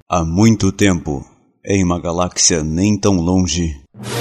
Há muito tempo, em uma galáxia nem tão longe,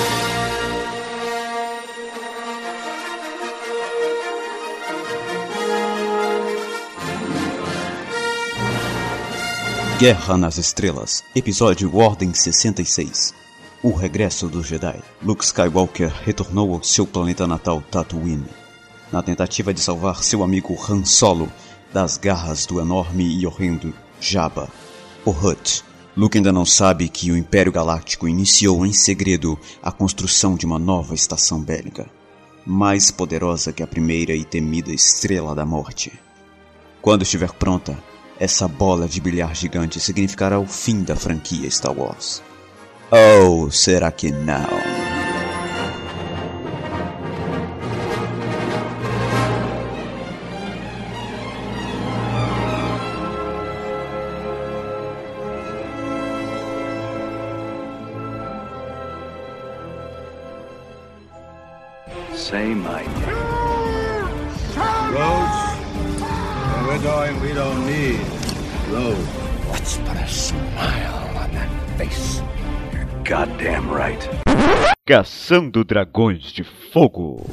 Guerra nas Estrelas, episódio Ordem 66. O regresso do Jedi. Luke Skywalker retornou ao seu planeta natal Tatooine, na tentativa de salvar seu amigo Han Solo das garras do enorme e horrendo Jabba, o Hutt. Luke ainda não sabe que o Império Galáctico iniciou em segredo a construção de uma nova estação bélica, mais poderosa que a primeira e temida Estrela da Morte. Quando estiver pronta, essa bola de bilhar gigante significará o fim da franquia Star Wars. Ou será que não? Say my name. Rhodes, when we're going, we don't need roads. Let's put a smile on that face. You're goddamn right. Caçando Dragões de Fogo.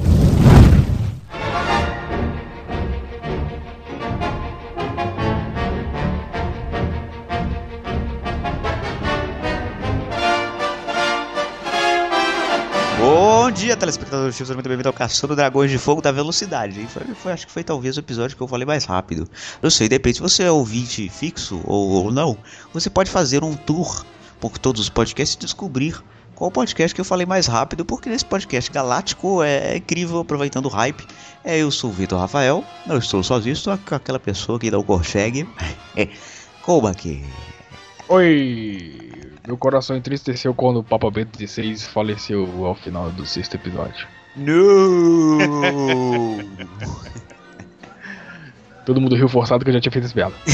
Bom dia, telespectadores, muito bem-vindo ao Caçando Dragões de Fogo da Velocidade. Acho que foi talvez o episódio que eu falei mais rápido. Eu sei, depende, se você é ouvinte fixo ou não, você pode fazer um tour por todos os podcasts e descobrir qual podcast que eu falei mais rápido, porque nesse podcast galáctico é incrível, aproveitando o hype. Eu sou o Vitor Rafael, não estou sozinho, estou com aquela pessoa que não consegue. Como aqui? Oi! Meu coração entristeceu quando o Papa Bento XVI faleceu ao final do 6º episódio. Não! Todo mundo riu forçado que eu já tinha feito esse piada.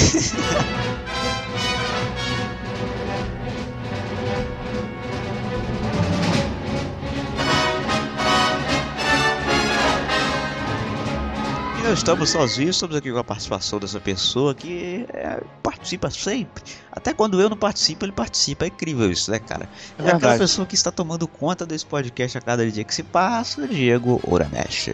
Não estamos sozinhos, estamos aqui com a participação dessa pessoa que participa sempre. Até quando eu não participo, ele participa. É incrível isso, né, cara? É aquela pessoa que está tomando conta desse podcast a cada dia que se passa, Diego Uramesh.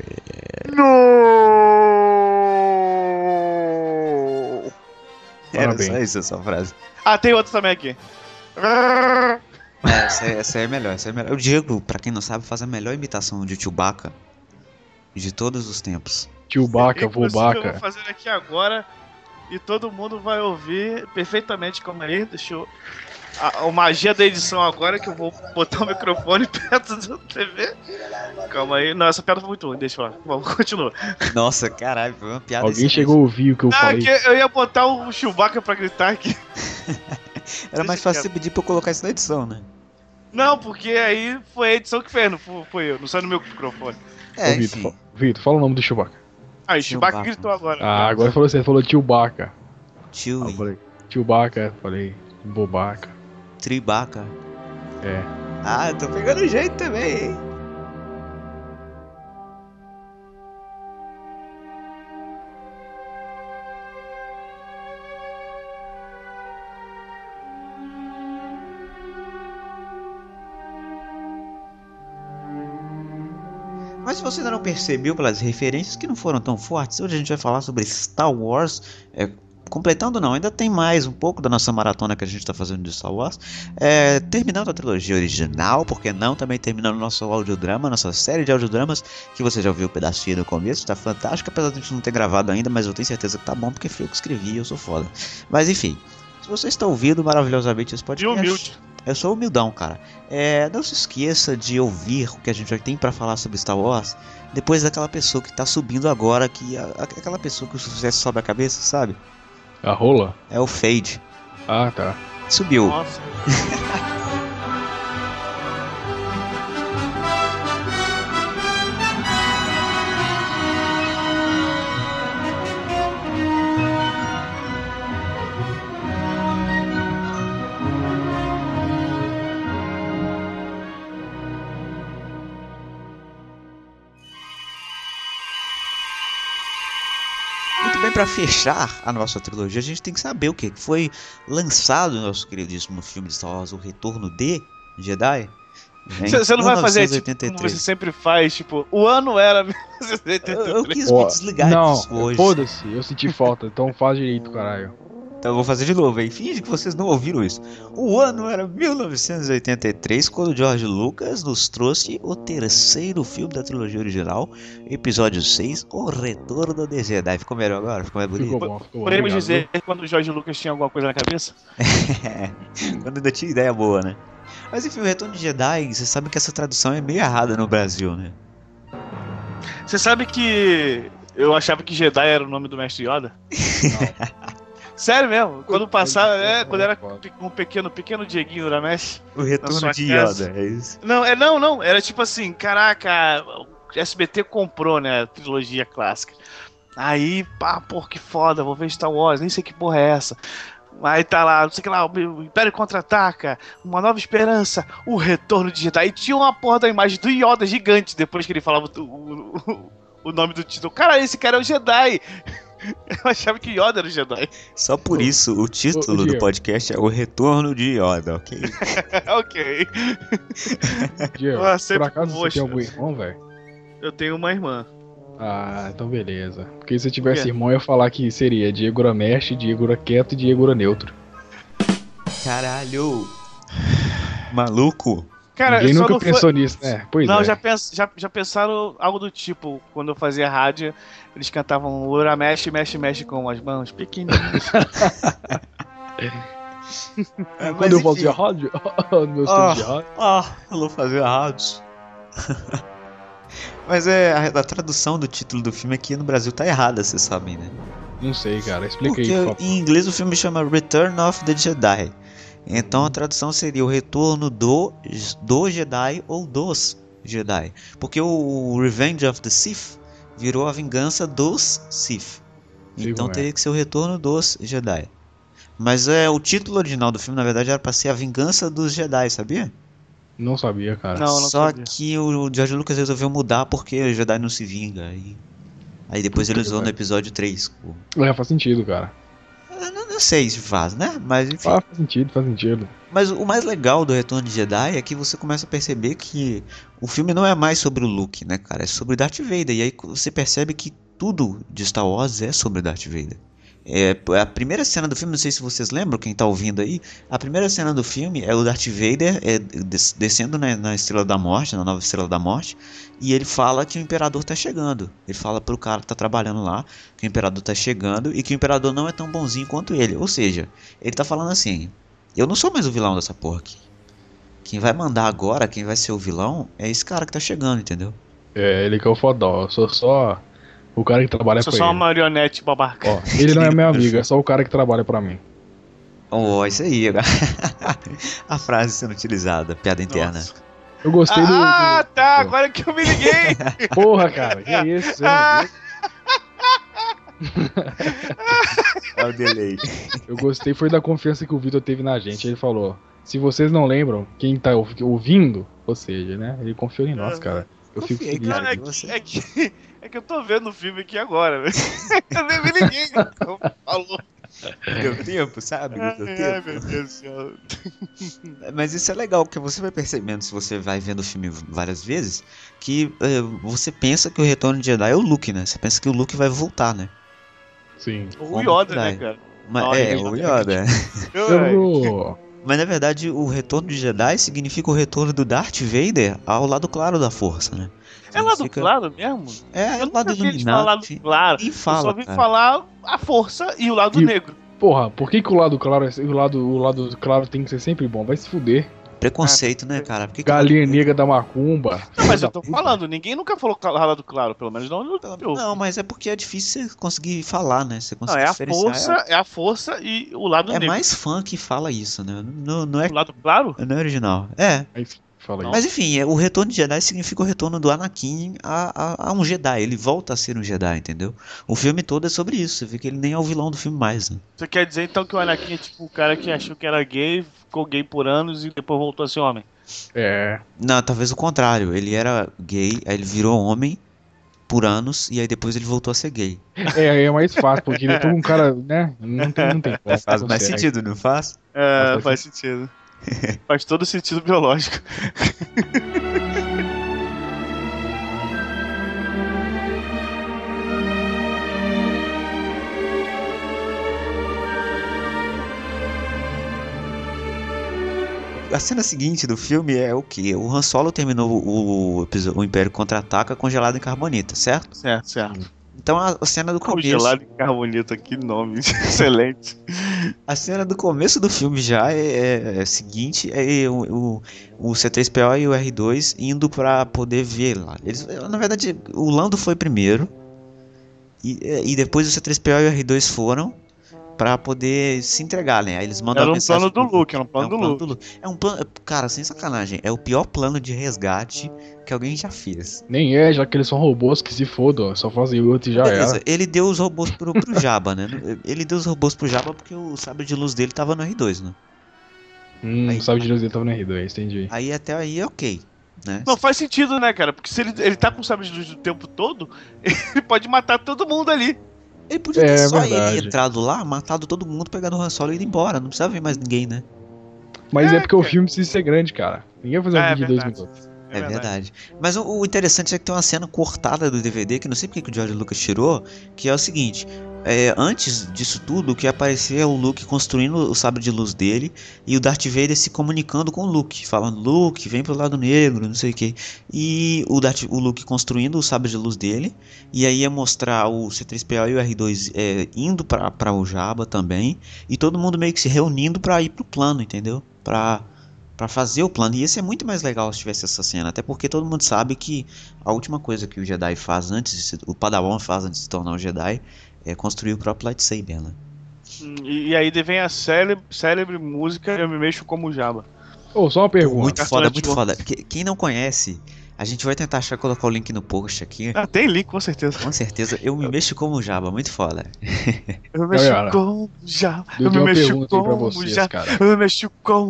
Era só isso essa frase. Ah, tem outro também aqui. Essa é melhor, essa é melhor. O Diego, pra quem não sabe, faz a melhor imitação de Chewbacca de todos os tempos. Chewbacca, Vobaca. Eu vou fazer aqui agora e todo mundo vai ouvir perfeitamente. Calma aí, deixa eu... A magia da edição agora é que eu vou botar o microfone perto da TV. Calma aí. Não, essa piada foi muito ruim, deixa eu falar. Vamos, continua. Nossa, caralho, foi uma piada. Alguém chegou a ouvir o que eu falei? Eu ia botar o Chewbacca pra gritar aqui. Era mais fácil você pedir pra eu colocar isso na edição, né? Não, porque aí foi a edição que fez, não foi eu, não sai no meu microfone. Ô, Vitor, fala o nome do Chewbacca. Aí, o Chewbacca gritou agora. Ah, agora você falou Chewbacca. Chewie. Eu falei Chewbacca, falei Bobaca. Tribaca. É. Ah, eu tô pegando o jeito também, hein? Mas se você ainda não percebeu pelas referências que não foram tão fortes, hoje a gente vai falar sobre Star Wars, completando não, ainda tem mais um pouco da nossa maratona que a gente está fazendo de Star Wars, terminando a trilogia original, porque não, também terminando nosso audiodrama, nossa série de audiodramas, que você já ouviu um pedacinho no começo, está fantástico, apesar de a gente não ter gravado ainda, mas eu tenho certeza que tá bom, porque foi eu que escrevi e eu sou foda. Mas enfim, se você está ouvindo maravilhosamente esse podcast... De humilde. Eu sou humildão, cara. Não se esqueça de ouvir o que a gente já tem pra falar sobre Star Wars depois daquela pessoa que tá subindo agora, aquela pessoa que o sucesso sobe a cabeça, sabe? A rola? É o Fade. Ah, tá. Subiu. Nossa. bem, pra fechar a nossa trilogia, a gente tem que saber o que foi lançado no nosso queridíssimo filme de Star Wars, O Retorno de Jedi. Você não vai fazer tipo, como você sempre faz, tipo, o ano era 1983. Eu quis me desligar disso hoje. Foda-se, eu senti falta, então faz direito, caralho. Então eu vou fazer de novo, hein? Finge que vocês não ouviram isso. O ano era 1983, quando George Lucas nos trouxe o terceiro filme da trilogia original, episódio 6, O Retorno de Jedi. Ficou melhor agora? Ficou mais bonito? Ficou bom. Podemos dizer quando o George Lucas tinha alguma coisa na cabeça? Quando ainda tinha ideia boa, né? Mas enfim, o Retorno de Jedi, você sabe que essa tradução é meio errada no Brasil, né? Você sabe que eu achava que Jedi era o nome do mestre Yoda? Sério mesmo, quando passava, quando era um pequeno Dieguinho da Mesh. O Retorno de casa. Yoda, é isso? Não, era tipo assim, caraca, o SBT comprou, né, a trilogia clássica. Aí, porra, que foda, vou ver Star Wars, nem sei que porra é essa. Aí tá lá, não sei o que lá, o Império Contra-Ataca, Uma Nova Esperança, O Retorno de Jedi. E tinha uma porra da imagem do Yoda gigante depois que ele falava o nome do título. Cara, esse cara é o Jedi. Eu achava que Yoda era o Jedi. Só por isso o título do podcast é O Retorno de Yoda, ok? Ok. Diego, por acaso você tem algum irmão, velho? Eu tenho uma irmã. Ah, então beleza. Porque se eu tivesse irmão, eu ia falar que seria Diego Ramesh, Diego Quieto e Diego Neutro. Caralho! Maluco! Cara, ninguém nunca pensou nisso, né? Pois não, é. já pensaram algo do tipo, quando eu fazia rádio, eles cantavam Ura mexe, mexe, mexe com as mãos pequenininhas. Quando eu fazia rádio, no meu estúdio de rádio. Eu vou fazer rádio. Mas a tradução do título do filme aqui no Brasil tá errada, vocês sabem, né? Não sei, cara, explica aí, Porque por favor. em inglês o filme chama Return of the Jedi. Então a tradução seria o retorno do Jedi ou dos Jedi. Porque o Revenge of the Sith virou a vingança dos Sith. Então teria que ser o retorno dos Jedi. Mas o título original do filme, na verdade, era pra ser A Vingança dos Jedi, sabia? Não sabia, cara. Não Só sabia. que o George Lucas resolveu mudar porque o Jedi não se vinga. Aí depois ele usou no episódio 3. Faz sentido, cara. Eu não sei se faz, né? Mas enfim. Faz sentido. Mas o mais legal do Retorno de Jedi é que você começa a perceber que o filme não é mais sobre o Luke, né, cara? É sobre Darth Vader. E aí você percebe que tudo de Star Wars é sobre Darth Vader. A primeira cena do filme, não sei se vocês lembram, quem tá ouvindo aí, a primeira cena do filme é o Darth Vader descendo na Estrela da Morte, na nova Estrela da Morte, e ele fala que o Imperador tá chegando. Ele fala pro cara que tá trabalhando lá que o Imperador tá chegando e que o Imperador não é tão bonzinho quanto ele. Ou seja, ele tá falando assim: eu não sou mais o vilão dessa porra aqui. Quem vai mandar agora, quem vai ser o vilão, é esse cara que tá chegando, entendeu? Ele que é o fodão, eu sou só o cara que trabalha pra ele. Sou só uma marionete babaca. Ó, ele não é meu amigo, é só o cara que trabalha pra mim. Isso aí. A frase sendo utilizada, piada interna. Nossa. Eu gostei do... Tá, agora que eu me liguei. Porra, cara, que é isso? É o delay. Eu gostei foi da confiança que o Vitor teve na gente. Ele falou: se vocês não lembram, quem tá ouvindo, ou seja, né? Ele confiou em nós, cara. Eu fico feliz. Cara, é que eu tô vendo o filme aqui agora, velho. Eu nem me liguei. Falou. Deu tempo, sabe? Deu tempo. Ai, meu Deus do céu. Mas isso é legal, porque você vai percebendo, se você vai vendo o filme várias vezes, que você pensa que o Retorno de Jedi é o Luke, né? Você pensa que o Luke vai voltar, né? Sim. O Yoda, né, cara? O Yoda. Mas na verdade o Retorno de Jedi significa o retorno do Darth Vader ao lado claro da força, né? É lado claro mesmo? É eu o lado iluminado. Lado claro. E fala, eu só ouvi cara. falar a força e o lado negro. Porra, por que o lado claro o lado claro tem que ser sempre bom? Vai se fuder. Preconceito, né, cara? Porque Galinha negra da macumba. Não, mas eu tô falando, ninguém nunca falou lado claro, pelo menos não. Não, mas é porque é difícil você conseguir falar, né? Você conseguir é a força e o lado negro. É mais fã que fala isso, né? Não é o lado claro? Não é original. É. Fala mas enfim, o retorno de Jedi significa o retorno do Anakin a um Jedi. Ele volta a ser um Jedi, entendeu? O filme todo é sobre isso. Você vê que ele nem é o vilão do filme mais, né? Você quer dizer então que o Anakin é tipo o cara que achou que era gay, ficou gay por anos e depois voltou a ser homem? É. Não, talvez o contrário. Ele era gay, aí ele virou homem por anos e aí depois ele voltou a ser gay. É mais fácil, porque depois um cara, né? Não tem como. Faz mais sentido, não faz? É, faz sentido. Faz todo sentido biológico. A cena seguinte do filme é o quê? O Han Solo terminou o Império Contra-Ataca congelado em carbonita, certo? Certo. Então a cena do começo... Congelado em carbonita, que nome excelente. A cena do começo do filme já é seguinte, é o C-3PO e o R2 indo pra poder ver lá. Eles, na verdade, o Lando foi primeiro, e depois o C-3PO e o R2 foram pra poder se entregar, né? Aí eles mandam Era um mensagem plano do Luke, É um plano, cara, sem sacanagem, é o pior plano de resgate que alguém já fez. Nem é, já que eles são robôs que se fodam, só fazem outro e já Beleza, era. ele deu os robôs pro Jabba, né? Ele deu os robôs pro Jabba porque o sabre de luz dele tava no R2, né? Aí- Sabe de Deus, ele tava no R2, entendi. Aí até aí é ok, né? Não, faz sentido, né, cara? Porque se ele tá com o sabre de luz o tempo todo, ele pode matar todo mundo ali. Ele podia ter só verdade. ele entrado lá, matado todo mundo, pegado o Han Solo e ido embora. Não precisava ver mais ninguém, né? Mas é porque o cara. filme precisa ser grande, cara. Ninguém vai fazer um vídeo de 2 verdade. minutos. É verdade. Mas o interessante é que tem uma cena cortada do DVD, que não sei porque que o George Lucas tirou, que é o seguinte. Antes disso tudo, o que aparecia é o Luke construindo o sabre de luz dele e o Darth Vader se comunicando com o Luke, falando: Luke, vem pro lado negro, não sei o que. E o Luke construindo o sabre de luz dele, e aí ia mostrar o C-3PO e o R2 indo pra o Jabba também, e todo mundo meio que se reunindo pra ir pro plano, entendeu? Pra fazer o plano. E ia ser muito mais legal se tivesse essa cena, até porque todo mundo sabe que a última coisa que o Jedi faz o Padawan faz antes de se tornar um Jedi é construir o próprio lightsaber, né? E aí vem a célebre música Eu Me Mexo Como Jabba. Ô, só uma pergunta. Muito Cartão foda, de muito foda. Quem não conhece, a gente vai tentar colocar o link no post aqui. Ah, tem link, com certeza. Com certeza, eu me mexo como Jabba, muito foda. Eu me mexo Galera, como Jabba. Eu Eu me tenho uma mexo pergunta aí pra como vocês, Jabba. cara. Eu me mexo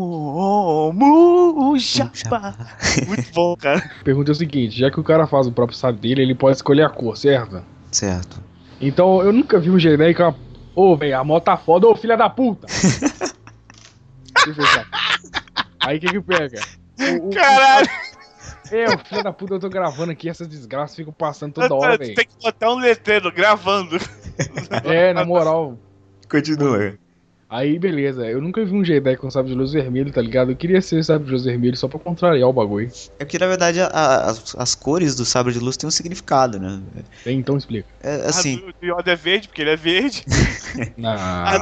como Jabba. Muito bom, cara. A pergunta é o seguinte, já que o cara faz o próprio sabre dele, ele pode escolher a cor, certo? Certo. Então, eu nunca vi um Jedi com a... Ô, velho, a moto tá foda, ô, filha da puta! Deixa eu ver, cara. Aí, o que pega? Caralho. O filho da puta, eu tô gravando aqui, essas desgraças ficam passando toda hora, velho. Tem que botar um letreiro gravando. Na moral. Continua. Aí, beleza, eu nunca vi um Jedi com sabre de luz vermelho, tá ligado? Eu queria ser sabre de luz vermelho só pra contrariar o bagulho. É porque, na verdade, as cores do sabre de luz têm um significado, né? Então explica. Assim, O Yoda é verde, porque ele é verde. Não,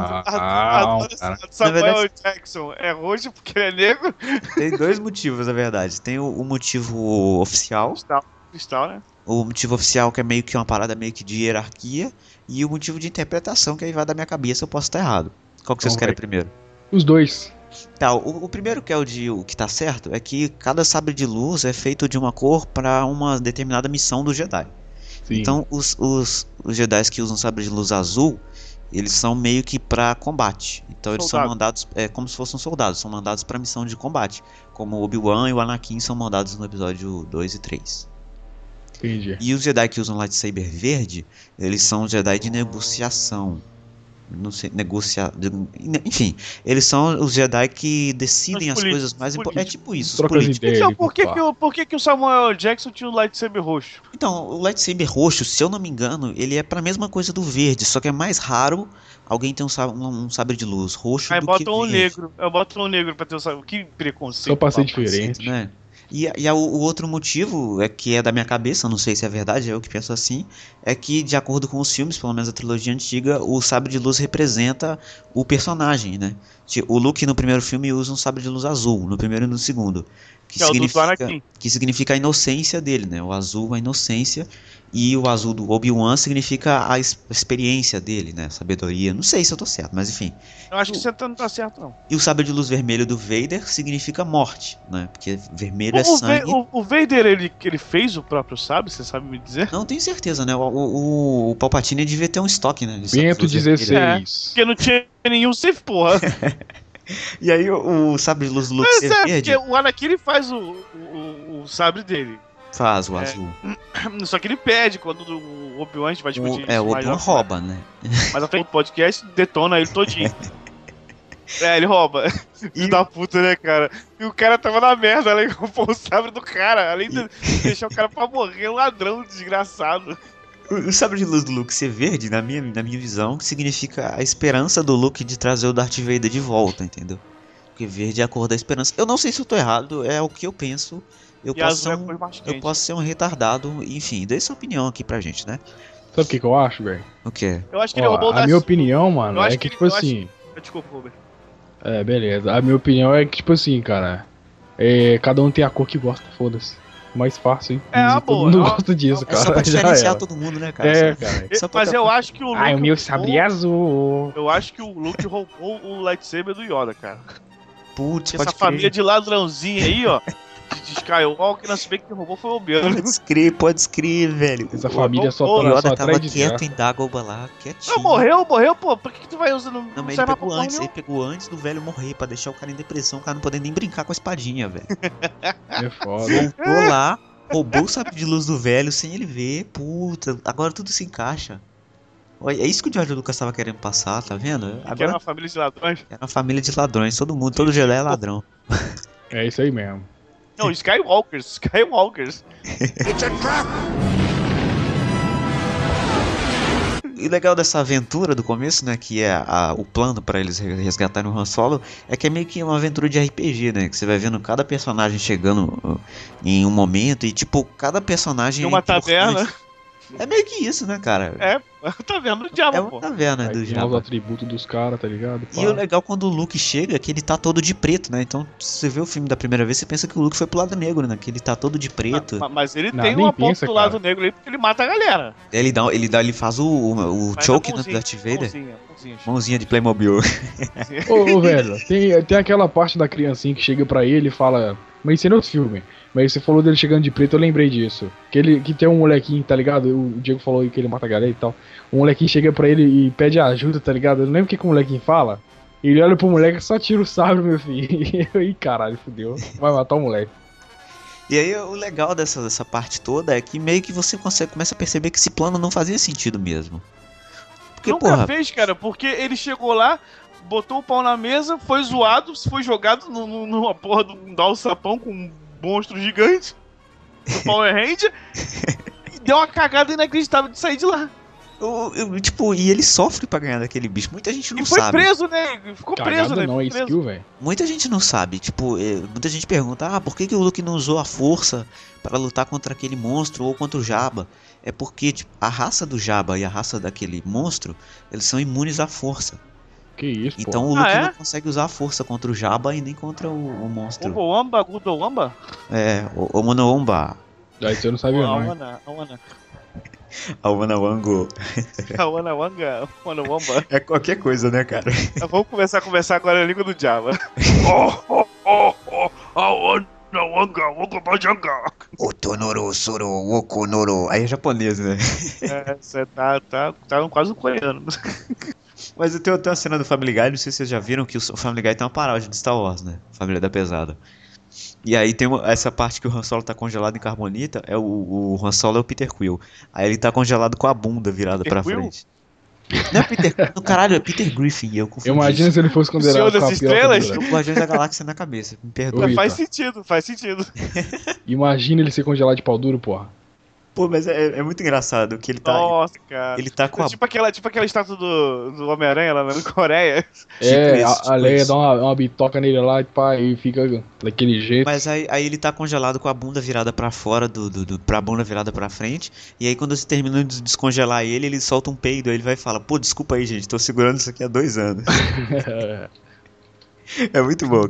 A cara. Samuel Na verdade- Jackson é roxo, porque ele é negro. tem dois motivos, na verdade. Tem o motivo oficial, Cristal, né? o motivo oficial que é meio que uma parada meio que de hierarquia, e o motivo de interpretação, que aí vai da minha cabeça, eu posso estar errado. Qual que vocês Então querem vai. primeiro? Os dois. Tá, o primeiro que é o que tá certo é que cada sabre de luz é feito de uma cor para uma determinada missão do Jedi. Sim. Então os Jedi que usam sabre de luz azul, eles são meio que pra combate. Então eles são Soldado. mandados, como se fossem soldados, são mandados pra missão de combate. Como o Obi-Wan e o Anakin são mandados no episódio 2 e 3. Entendi. E os Jedi que usam lightsaber verde, eles são Jedi de negociação. Não sei, enfim, eles são os Jedi que decidem Os as políticos, coisas mais importantes. É tipo isso, os Troca as políticos. ideias. Então, ele por que o Samuel Jackson tinha o lightsaber roxo? Então, o lightsaber roxo, se eu não me engano, ele é pra mesma coisa do verde, só que é mais raro alguém ter um sabre de luz roxo Aí do que botam um verde. negro. Eu boto um negro pra ter o sabre. Que preconceito. Só pra ser Cacete, diferente. né? E o outro motivo, que é da minha cabeça, não sei se é verdade, eu que penso assim, é que de acordo com os filmes, pelo menos a trilogia antiga, o sabre de luz representa o personagem, né? O Luke no primeiro filme usa um sabre de luz azul, no primeiro e no segundo, Que é o do Anakin. que significa a inocência dele, né? O azul a inocência e o azul do Obi-Wan significa a experiência dele, né? Sabedoria, não sei se eu tô certo, mas enfim. Eu acho que você não tá certo, não. E o sabre de luz vermelho do Vader significa morte, né? Porque vermelho é sangue. O Vader, ele fez o próprio sabre, você sabe me dizer? Não tenho certeza, né? O Palpatine devia ter um estoque, né? de sabres Bento de luz vermelho. 16. Porque não tinha nenhum Sith, porra. E aí o sabre de luz do Luke Mas ser verde. porque o Anakin ele faz o sabre dele. Faz o azul. Só que ele pede quando o Obi-Wan, a gente vai discutir O Obi-Wan rouba, né? Mas até o podcast detona ele todinho. Ele rouba. Filho da puta, né, cara? E o cara tava na merda, além de roubou o sabre do cara. Além de deixar o cara pra morrer, um ladrão desgraçado. O sabre de luz do Luke ser verde, na minha visão, significa a esperança do Luke de trazer o Darth Vader de volta, entendeu? Porque verde é a cor da esperança. Eu não sei se eu tô errado, é o que eu penso. Eu posso ser um retardado, enfim, dê sua opinião aqui pra gente, né? Sabe o que eu acho, velho? O quê? Eu acho que ele roubou o A minha opinião, mano, é que tipo assim... Desculpa, Robert. Beleza. A minha opinião é que, tipo assim, cara, cada um tem a cor que gosta, foda-se. Mais fácil, hein? Boa. Todo mundo gosta disso, cara. É só pra diferenciar todo mundo, né, cara? Cara. Mas eu acho que o Luke... o meu sabre é azul. Eu acho que o Luke roubou o lightsaber do Yoda, cara. Putz, essa família de ladrãozinho aí, ó, de Skywalker, não se vê que quem roubou foi o Obi-Wan. Pode escrever, velho. Essa família só o Yoda tava atrás de quieto em Dagobah lá, quietinho. Não, morreu, pô. Por que tu vai usando... Não, mas ele pegou antes do velho morrer, pra deixar o cara em depressão, o cara não poder nem brincar com a espadinha, velho. É foda. Voltou lá, roubou o sabre de luz do velho sem ele ver, puta, agora tudo se encaixa. Olha, é isso que o George Lucas tava querendo passar, tá vendo? Agora que era uma família de ladrões? Era uma família de ladrões, todo Jedi é ladrão. É isso aí mesmo. Não, Skywalkers. It's a trap! E o legal dessa aventura do começo, né, que é o plano pra eles resgatarem o Han Solo, é que é meio que uma aventura de RPG, né, que você vai vendo cada personagem chegando em um momento e, tipo, cada personagem... Em uma taverna. É meio que isso, né, cara? Tá vendo o diabo, pô. É uma taverna do diabo. Os atributos dos caras, tá ligado? E o legal quando o Luke chega é que ele tá todo de preto, né? Então, se você vê o filme da primeira vez, você pensa que o Luke foi pro lado negro, né? Que ele tá todo de preto. Mas ele tem uma ponta do lado negro aí porque ele mata a galera. Ele faz o choke no Darth Vader. Mãozinha de Playmobil. Ô, velho, tem aquela parte da criancinha que chega pra ele e fala... Mas isso é no outro filme. Mas você falou dele chegando de preto, eu lembrei disso. Que tem um molequinho, tá ligado? O Diego falou aí que ele mata a galera e tal. O molequinho chega pra ele e pede ajuda, tá ligado? Eu não lembro o que o molequinho fala. Ele olha pro moleque e só tira o sabre, meu filho. Ih, caralho, fudeu. Vai matar o moleque. E aí o legal dessa parte toda é que meio que você começa a perceber que esse plano não fazia sentido mesmo. Porque, nunca fez, cara, porque ele chegou lá, botou o pau na mesa, foi zoado, foi jogado numa porra de um alçapão com um monstro gigante do Power Ranger e deu uma cagada inacreditável de sair de lá. E ele sofre pra ganhar daquele bicho. Muita gente não sabe. E foi preso, né? Ficou cagada preso, né? Não, é skill, velho. Muita gente não sabe. Muita gente pergunta: por que o Luke não usou a força para lutar contra aquele monstro ou contra o Jabba? É porque a raça do Jabba e a raça daquele monstro, eles são imunes à força. Que isso, então o Luke não consegue usar a força contra o Jabba e nem contra o monstro. Omoamba, Gudowamba? Omonoomba. Isso eu não sabia, não. Awanawango. Awanawango. É qualquer coisa, né, cara? Vamos começar a conversar agora a língua do Jabba. Otonoro, Soro, Wokonoro. Aí é japonês, né? Você tá quase um coreano. Mas eu tenho uma cena do Family Guy, não sei se vocês já viram, que o Family Guy tem uma paródia de Star Wars, né? Família da Pesada. E aí tem essa parte que o Han Solo tá congelado em carbonita, o Han Solo é o Peter Quill. Aí ele tá congelado com a bunda virada pra frente. Não é Peter Quill, caralho, é Peter Griffin, eu confundi. Imagina se ele fosse considerado com a Estrelas? O Guardiões da Galáxia na cabeça, me perdoa. Faz sentido. Imagina ele ser congelado de pau duro, porra. Pô, mas é muito engraçado que ele tá... Nossa, cara. Ele tá com tipo aquela estátua do Homem-Aranha lá na Coreia. A Leia dá uma bitoca nele lá e fica daquele jeito. Mas aí ele tá congelado com a bunda virada pra fora, pra bunda virada pra frente. E aí quando você termina de descongelar ele solta um peido. Aí ele vai e fala: pô, desculpa aí, gente, tô segurando isso aqui há 2 anos. É muito bom.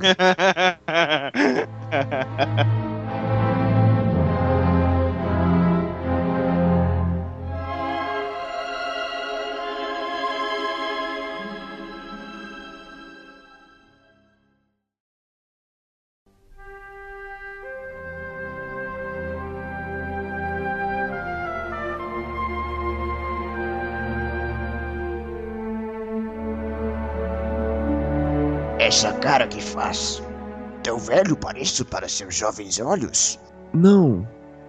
Essa cara que faz. Tão velho pareço para seus jovens olhos? Não,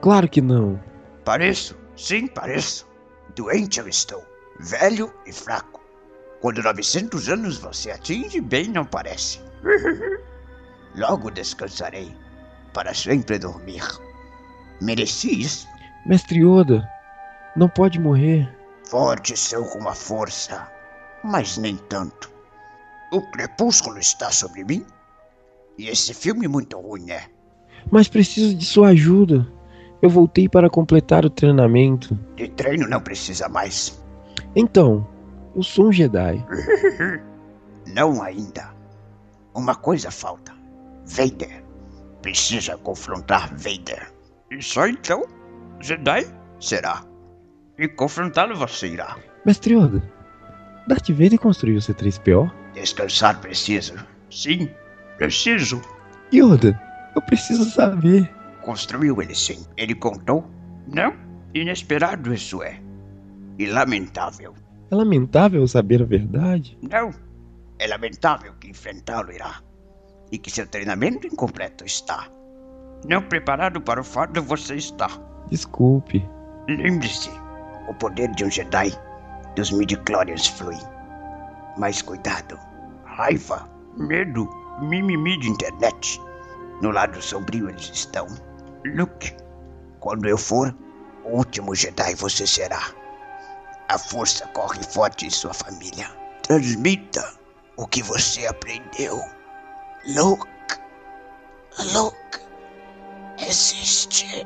Claro que não. Pareço, sim, pareço. Doente eu estou, velho e fraco. Quando 900 anos você atinge, bem não parece. Logo descansarei, para sempre dormir. Mereci isso. Mestre Yoda, não pode morrer. Forte sou com a força, mas nem tanto. O crepúsculo está sobre mim? E esse filme muito ruim, né? Mas preciso de sua ajuda. Eu voltei para completar o treinamento. De treino não precisa mais. Então, eu sou um Jedi. Não ainda. Uma coisa falta. Vader. Precisa confrontar Vader. E só então, Jedi será. E confrontá-lo você irá. Mestre Yoda, Darth Vader construiu o C-3PO? Descansar preciso. Sim, preciso. Yoda, eu preciso saber. Construiu ele sim. Ele contou? Não? Inesperado isso é. E lamentável. É lamentável saber a verdade? Não. É lamentável que enfrentá-lo irá. E que seu treinamento incompleto está. Não preparado para o fato você está. Desculpe. Lembre-se, o poder de um Jedi dos midi-chlorians flui. Mas cuidado, raiva, medo, mimimi de internet. No lado sombrio eles estão. Luke, quando eu for, o último Jedi você será. A força corre forte em sua família. Transmita o que você aprendeu. Luke, existe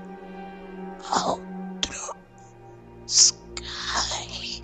outro Skywalker.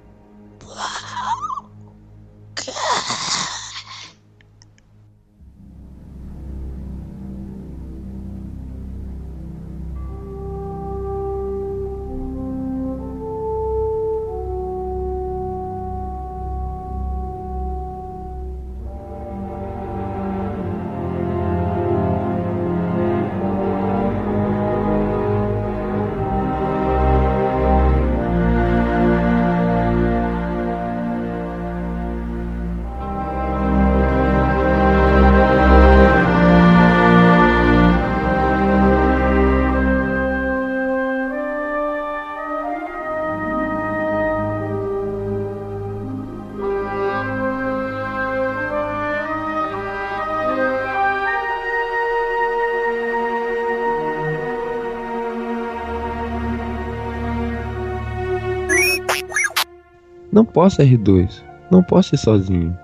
Não posso, R2. Não posso ir sozinho.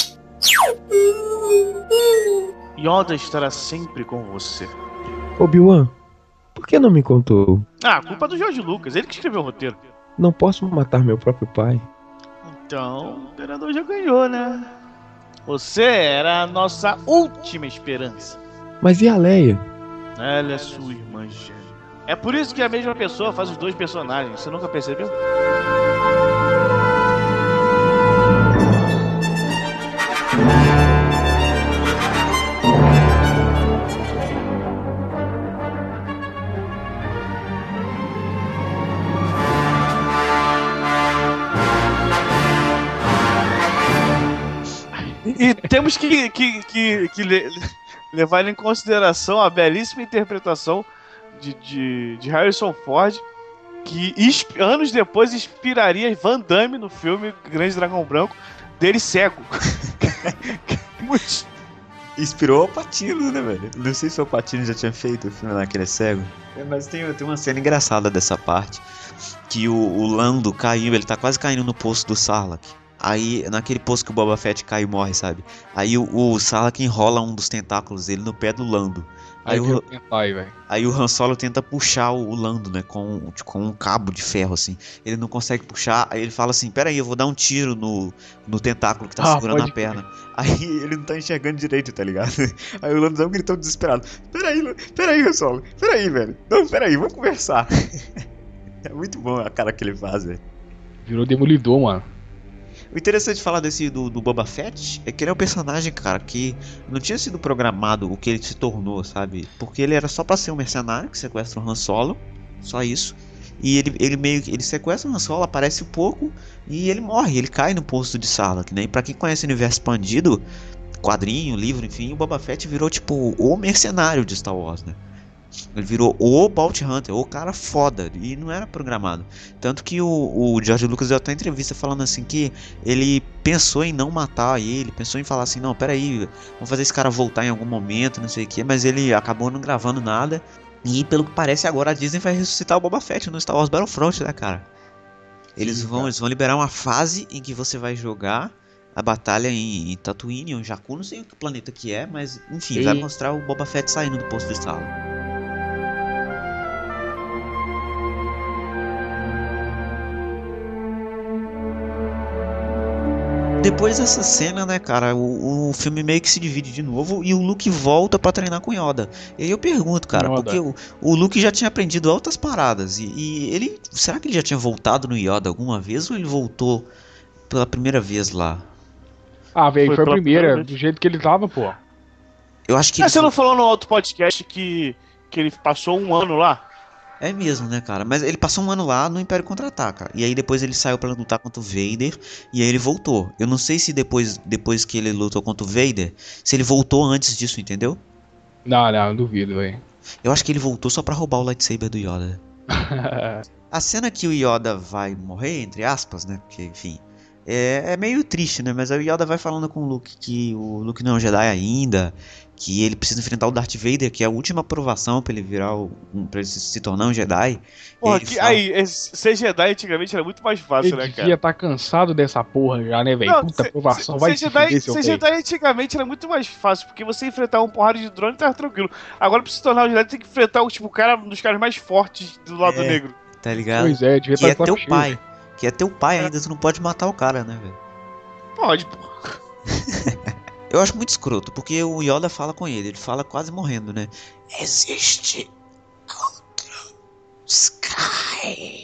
Yoda estará sempre com você. Obi-Wan, por que não me contou? Ah, culpa do George Lucas, ele que escreveu o roteiro. Não posso matar meu próprio pai. Então, o Imperador já ganhou, né? Você era a nossa última esperança. Mas e a Leia? Ela é sua irmã gêmea. É por isso que a mesma pessoa faz os dois personagens, você nunca percebeu? E temos que levar em consideração a belíssima interpretação de Harrison Ford, que anos depois inspiraria Van Damme no filme Grande Dragão Branco, dele cego. Muito. Inspirou o Patino, né, velho? Não sei se o Patino já tinha feito o filme naquele cego. Mas tem uma cena engraçada dessa parte, que o Lando caiu, ele tá quase caindo no poço do Sarlacc. Aí, naquele poço que o Boba Fett cai e morre, sabe? Aí o Sarlacc enrola um dos tentáculos dele no pé do Lando. Aí o Han Solo tenta puxar o Lando, né, com um cabo de ferro, assim. Ele não consegue puxar, aí ele fala assim, peraí, eu vou dar um tiro no tentáculo que tá segurando a perna. Aí ele não tá enxergando direito, tá ligado? Aí o Lando gritou desesperado, peraí, Han Solo, peraí, velho. Não, peraí, vamos conversar. É muito bom a cara que ele faz, velho. Virou Demolidor, mano. O interessante de falar do Boba Fett é que ele é um personagem, cara, que não tinha sido programado o que ele se tornou, sabe? Porque ele era só pra ser um mercenário que sequestra o Han Solo, só isso. E ele sequestra o Han Solo, aparece um pouco e ele morre, ele cai no poço de Sarlacc, né? E pra quem conhece o universo expandido, quadrinho, livro, enfim, o Boba Fett virou tipo o mercenário de Star Wars, né? Ele virou o Bounty Hunter, o cara foda, e não era programado. Tanto que o George Lucas deu até entrevista falando assim que ele pensou em não matar ele, pensou em falar assim, não, peraí, vamos fazer esse cara voltar em algum momento, não sei o que, mas ele acabou não gravando nada. E pelo que parece agora a Disney vai ressuscitar o Boba Fett no Star Wars Battlefront, né, cara? Eles vão liberar uma fase em que você vai jogar a batalha em Tatooine, ou em Jakku, não sei o que planeta que é, mas enfim, vai mostrar o Boba Fett saindo do posto de estalo. Depois dessa cena, né, cara, o filme meio que se divide de novo e o Luke volta pra treinar com Yoda. E aí eu pergunto, cara, porque o Luke já tinha aprendido outras paradas e ele, será que ele já tinha voltado no Yoda alguma vez ou ele voltou pela primeira vez lá? Ah, velho, foi a primeira, do jeito que ele tava, pô. Eu acho que você não falou no outro podcast que ele passou um ano lá? É mesmo, né, cara? Mas ele passou um ano lá no Império Contra-Ataca. E aí depois ele saiu pra lutar contra o Vader. E aí ele voltou. Eu não sei se depois que ele lutou contra o Vader, se ele voltou antes disso, entendeu? Não, duvido, velho. Eu acho que ele voltou só pra roubar o lightsaber do Yoda. A cena que o Yoda vai morrer, entre aspas, né? Porque, enfim, é meio triste, né? Mas aí o Yoda vai falando com o Luke que o Luke não é um Jedi ainda, que ele precisa enfrentar o Darth Vader, que é a última aprovação pra ele virar pra ele se tornar um Jedi. Porra, ser Jedi antigamente era muito mais fácil, né, cara? Ele devia estar cansado dessa porra já, né, velho? Puta aprovação, vai se fuder, seu Ser Jedi antigamente era muito mais fácil, porque você enfrentar um porrada de drone tava tranquilo. Agora pra se tornar um Jedi tem que enfrentar um dos caras mais fortes do lado negro. Tá ligado? Pois é, devia que estar é teu pai. Que é teu pai ainda, tu não pode matar o cara, né, velho? Pode, pô. Eu acho muito escroto, porque o Yoda fala com ele fala quase morrendo, né? Existe outro Sky.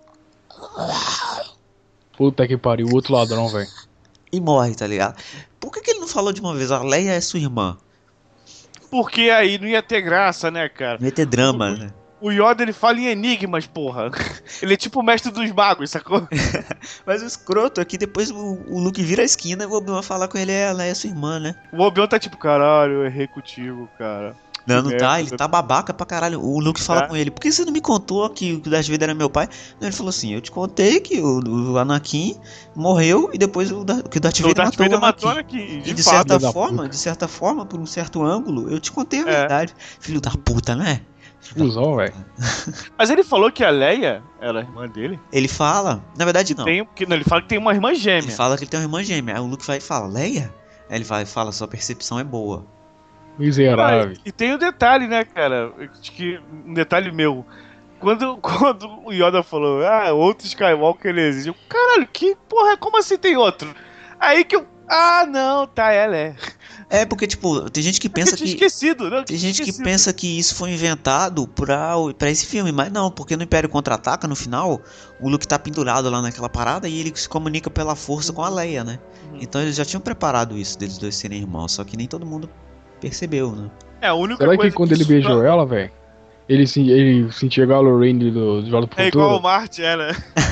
Puta que pariu, outro ladrão, velho. E morre, tá ligado? Por que ele não falou de uma vez? A Leia é sua irmã. Porque aí não ia ter graça, né, cara? Não ia ter drama, né? O Yoda, ele fala em enigmas, porra. Ele é tipo o mestre dos magos, sacou? Mas o escroto é que depois o Luke vira a esquina e o Obi-Wan fala com ele, ela é sua irmã, né? O Obi-Wan tá tipo, caralho, eu errei contigo, cara. Não tá, ele tá babaca pra caralho. O Luke fala com ele, por que você não me contou que o Darth Vader era meu pai? Não, ele falou assim, eu te contei que o Anakin morreu e depois que o Darth Vader matou o Anakin. E de certa forma, por um certo ângulo, eu te contei a verdade. Filho da puta, né? Fusão, velho. Mas ele falou que a Leia era a irmã dele? Ele fala, na verdade não. Ele fala que tem uma irmã gêmea. Ele fala que ele tem uma irmã gêmea. Aí o Luke vai e fala, Leia? Aí ele vai e fala, sua percepção é boa. Miserável. E tem um detalhe, né, cara? Que um detalhe meu. Quando o Yoda falou, outro Skywalker existe. Eu, caralho, que porra, como assim tem outro? Aí que eu. Não, tá, ela é. É, porque, tipo, tem gente que pensa que. Esquecido, não, tem gente que pensa que isso foi inventado pra esse filme, mas não, porque no Império Contra-Ataca, no final, o Luke tá pendurado lá naquela parada e ele se comunica pela força com a Leia, né? Então eles já tinham preparado isso, deles dois serem irmãos, só que nem todo mundo percebeu, né? A única Será coisa que quando ele beijou ela, velho, ele sentia igual a Lorraine do Jogo do Futuro? É igual o Marty, né?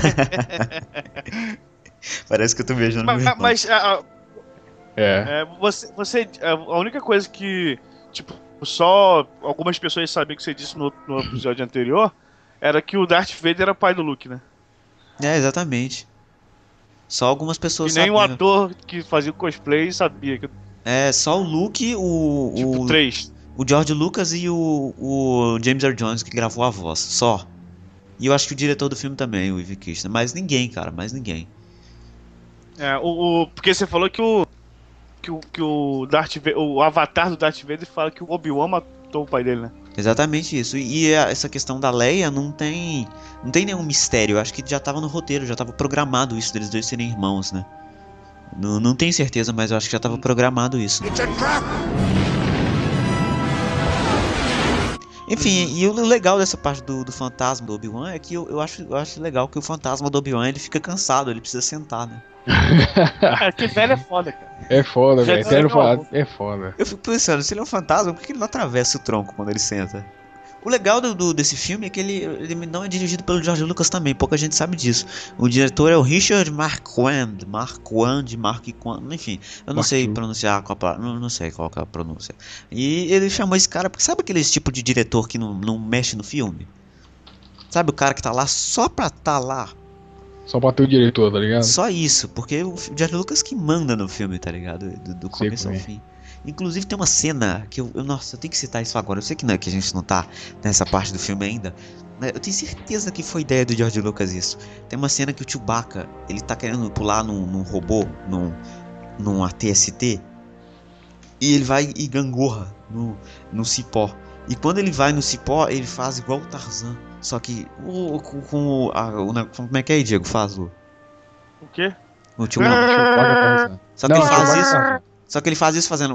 Parece que eu tô beijando meu irmão. Mas a única coisa que, tipo, só algumas pessoas sabiam que você disse no episódio anterior era que o Darth Vader era pai do Luke, né? É, exatamente. Só algumas pessoas sabiam. E nem sabiam. o ator que fazia o cosplay sabia. É, só o Luke, o 3. O George Lucas e o James Earl Jones que gravou a voz, só. E eu acho que o diretor do filme também, o Ivan Kirchner. Mas ninguém, cara, mais ninguém. Porque você falou que o Darth Vader, o avatar do Darth Vader fala que o Obi-Wan matou o pai dele, né? Exatamente isso. E essa questão da Leia não tem nenhum mistério. Eu acho que já tava no roteiro, já tava programado isso deles dois serem irmãos, né? Não tenho certeza, mas eu acho que já tava programado isso. Enfim, e o legal dessa parte do fantasma do Obi-Wan é que eu acho legal que o fantasma do Obi-Wan ele fica cansado, ele precisa sentar, né? Que velho é foda, cara. É foda, velho. É foda. Eu fico pensando, se ele é um fantasma, por que ele não atravessa o tronco quando ele senta? O legal desse filme é que ele não é dirigido pelo George Lucas também, pouca gente sabe disso. O diretor é o Richard Marquand, enfim, eu não sei pronunciar não sei qual que é a pronúncia. E ele chamou esse cara porque sabe aquele tipo de diretor que não mexe no filme? Sabe o cara que tá lá só pra tá lá? Só pra ter o diretor, tá ligado? Só isso, porque o George Lucas que manda no filme, tá ligado? Do começo ao fim. Inclusive tem uma cena que nossa, eu tenho que citar isso agora. Eu sei que não é que a gente não tá nessa parte do filme ainda. Eu tenho certeza que foi ideia do George Lucas isso. Tem uma cena que o Chewbacca, ele tá querendo pular num robô, num AT-ST. E ele vai e gangorra no cipó. E quando ele vai no cipó, ele faz igual o Tarzan. Só que como é que é, Diego? Faz o quê? O Chewbacca. Só que ele faz isso. Só que ele faz isso fazendo.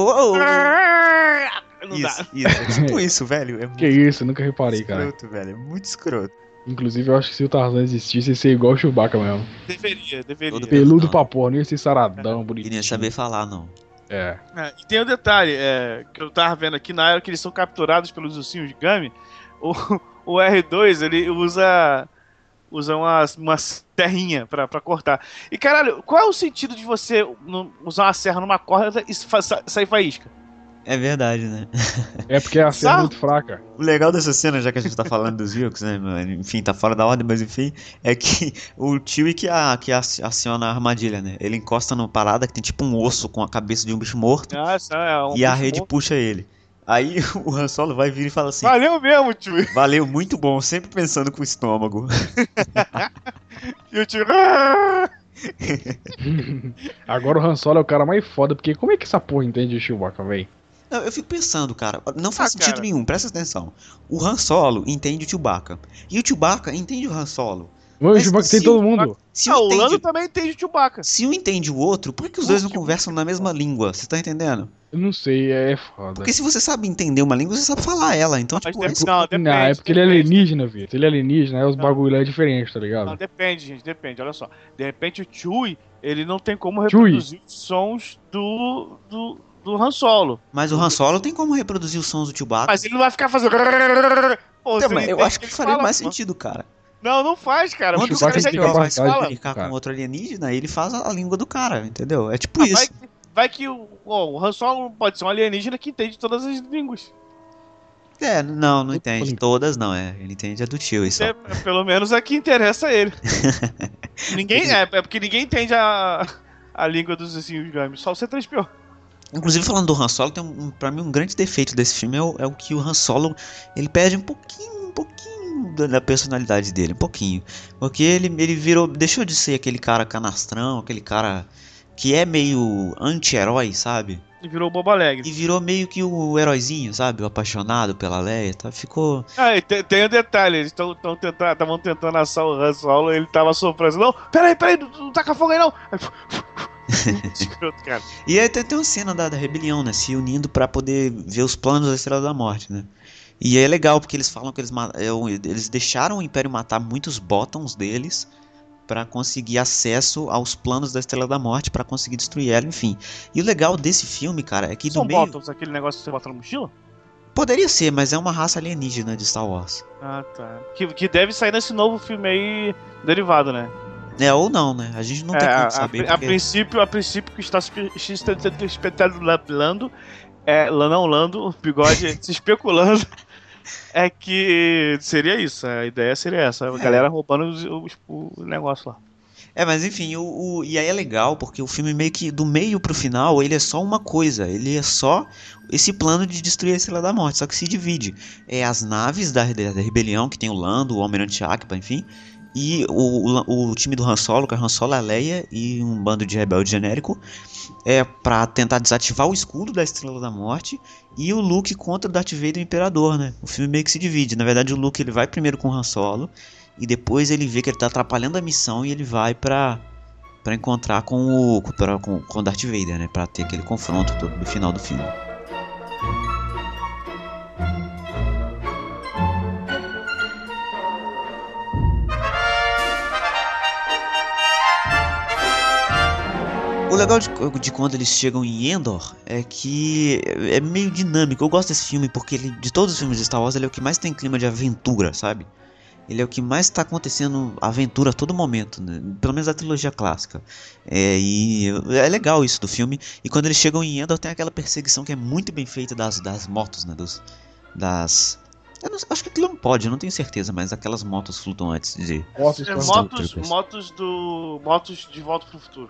Isso. É tipo isso, velho. É que isso, nunca reparei, escroto, cara. Velho. É muito escroto. Inclusive, eu acho que se o Tarzan existisse, ia ser igual o Chewbacca mesmo. Deveria. Todo peludo pra porra, não ia ser saradão, bonitinho. Não ia saber falar, não. E tem um detalhe que eu tava vendo aqui, na hora que eles são capturados pelos ursinhos de Gummy, o R2, ele usa uma serrinha pra cortar. E caralho, qual é o sentido de você usar uma serra numa corda e sair faísca? É verdade, né? É porque a cena é muito fraca. O legal dessa cena, já que a gente tá falando dos Wilkes, né? Enfim, tá fora da ordem, mas enfim, é que o Chewie que aciona a armadilha, né? Ele encosta numa parada que tem tipo um osso com a cabeça de um bicho morto e a rede puxa ele. Aí o Han Solo vai vir e fala assim: valeu mesmo, Chewie. Valeu, muito bom, sempre pensando com o estômago. E o Chewie... Agora o Han Solo é o cara mais foda, porque como é que essa porra entende o Chewbacca, véi? Não, eu fico pensando, cara, não faz sentido nenhum, presta atenção. O Han Solo entende o Chewbacca. E o Chewbacca entende o Han Solo. O Chewbacca tem todo mundo. O Lando também entende o Chewbacca. Se um entende o outro, por que os dois não conversam na mesma língua? Você tá entendendo? Eu não sei, é foda. Porque se você sabe entender uma língua, você sabe falar ela. Então, tipo... Não, é porque ele é alienígena, Vitor. Ele é alienígena, aí os bagulho lá é diferente, tá ligado? Não, depende, gente, depende. Olha só. De repente o Chewie, ele não tem como reproduzir os sons do Han Solo. Mas o Han Solo tem como reproduzir os sons do Chewbacca. Mas ele não vai ficar fazendo... Pô, então, eu acho que faria mais sentido, cara. Não faz, cara. Quando o cara vai comunicar com outro alienígena, ele faz a língua do cara, entendeu? É tipo isso. Vai que o Han Solo pode ser um alienígena que entende todas as línguas. Não entende todas, não. Ele entende a do tio, isso. Pelo menos a que interessa a ele. Porque ninguém entende a língua dos assim, games, só o C3PO. Inclusive, falando do Han Solo, tem pra mim um grande defeito desse filme é o que o Han Solo, ele perde um pouquinho da personalidade dele, um pouquinho. Porque ele deixou de ser aquele cara canastrão, aquele cara que é meio anti-herói, sabe? E virou o Bobo Alegre. E virou meio que o heróizinho, sabe? O apaixonado pela Leia, tá? Ficou... E tem um detalhe, eles estavam tentando assar o Han Solo, ele tava soprando. Não, peraí, não taca fogo aí não! Escroto, cara. E aí tem uma cena da rebelião, né? Se unindo pra poder ver os planos da Estrela da Morte, né? E é legal porque eles falam que eles deixaram o Império matar muitos bottoms deles pra conseguir acesso aos planos da Estrela da Morte, pra conseguir destruir ela, enfim. E o legal desse filme, cara, é que São bottoms, aquele negócio que você bota na mochila? Poderia ser, mas é uma raça alienígena de Star Wars. Ah, tá. Que deve sair nesse novo filme aí derivado, né? Ou não, né? A gente não tem como saber. A princípio que está especulando, Lando, o bigode, se especulando, é que seria isso. A ideia seria essa, a galera roubando o negócio lá. Mas enfim, e aí é legal, porque o filme meio que, do meio pro final, ele é só uma coisa, ele é só esse plano de destruir a Estrela da Morte, só que se divide. As naves da rebelião, que tem o Lando, o Almirante Akbar, enfim, e o time do Han Solo, que é o Han Solo, a Leia e um bando de rebelde genérico, pra tentar desativar o escudo da Estrela da Morte, e o Luke contra o Darth Vader e o Imperador, né? O filme meio que se divide. Na verdade, o Luke ele vai primeiro com o Han Solo, e depois ele vê que ele tá atrapalhando a missão e ele vai pra encontrar com o Darth Vader, né? Pra ter aquele confronto todo no final do filme. O legal de quando eles chegam em Endor é que é meio dinâmico. Eu gosto desse filme porque ele, de todos os filmes de Star Wars, ele é o que mais tem clima de aventura, sabe? Ele é o que mais está acontecendo aventura a todo momento, né? Pelo menos a trilogia clássica. E é legal isso do filme. E quando eles chegam em Endor tem aquela perseguição que é muito bem feita das motos, né? Eu não, acho que aquilo não pode, eu não tenho certeza, mas aquelas motos flutuantes de... Motos de Volta pro Futuro.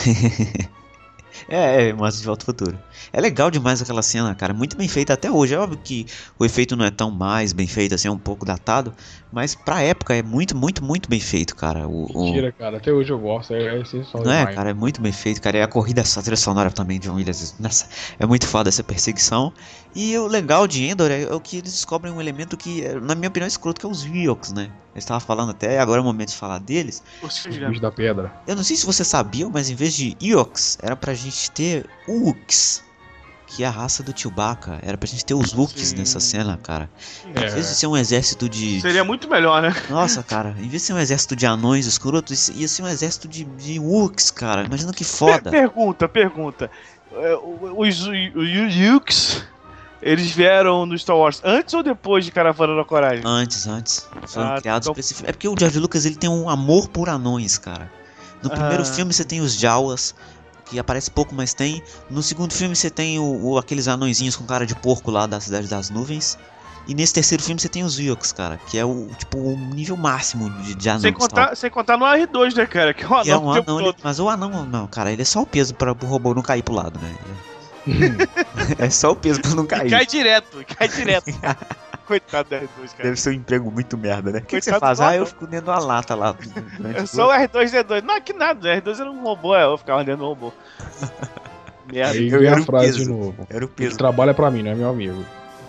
Motos de Volta ao Futuro. É legal demais aquela cena, cara, muito bem feita até hoje. É óbvio que o efeito não é tão mais bem feito, assim, é um pouco datado, mas pra época é muito, muito, muito bem feito, cara. Mentira, cara, até hoje eu gosto, é sensacional. Não é, cara, é muito bem feito, cara. E a corrida, essa trilha sonora também de John Williams, é muito foda essa perseguição. E o legal de Endor é o que eles descobrem um elemento que, na minha opinião, é escroto, que é os Ewoks, né? Eu estava falando até, agora é o momento de falar deles. Os bichos da pedra. Eu não sei se você sabia, mas em vez de Ewoks, era pra gente ter Wooks, que é a raça do Chewbacca. Era pra gente ter os Wooks nessa cena, cara. Em vez de ser um exército de... Seria muito melhor, né? Nossa, cara, em vez de ser um exército de anões escrotos, ia ser um exército de Wooks, cara. Imagina que foda. Pergunta. Os Ewoks, eles vieram no Star Wars antes ou depois de Caravana da Coragem? Antes. Foram criados pra esse filme. É porque o George Lucas, ele tem um amor por anões, cara. No primeiro filme você tem os Jawas, que aparece pouco, mas tem. No segundo filme você tem aqueles anõezinhos com cara de porco lá da Cidade das Nuvens. E nesse terceiro filme você tem os Ewoks, cara, que é o nível máximo de anão. Sem contar no R2, né, cara? Que é um anão, mas o anão, não, cara, ele é só o peso pro robô não cair pro lado, né? É só o peso pra não cair. E cai direto. Coitado do R2, cara. Deve ser um emprego muito merda, né? O que você faz? Eu fico dentro da lata lá. Eu sou o R2D2. Não, que nada. O R2 era um robô, eu ficava dentro do robô. Merda. Aí eu era a frase de novo. Era o peso. Ele trabalha pra mim, não é meu amigo.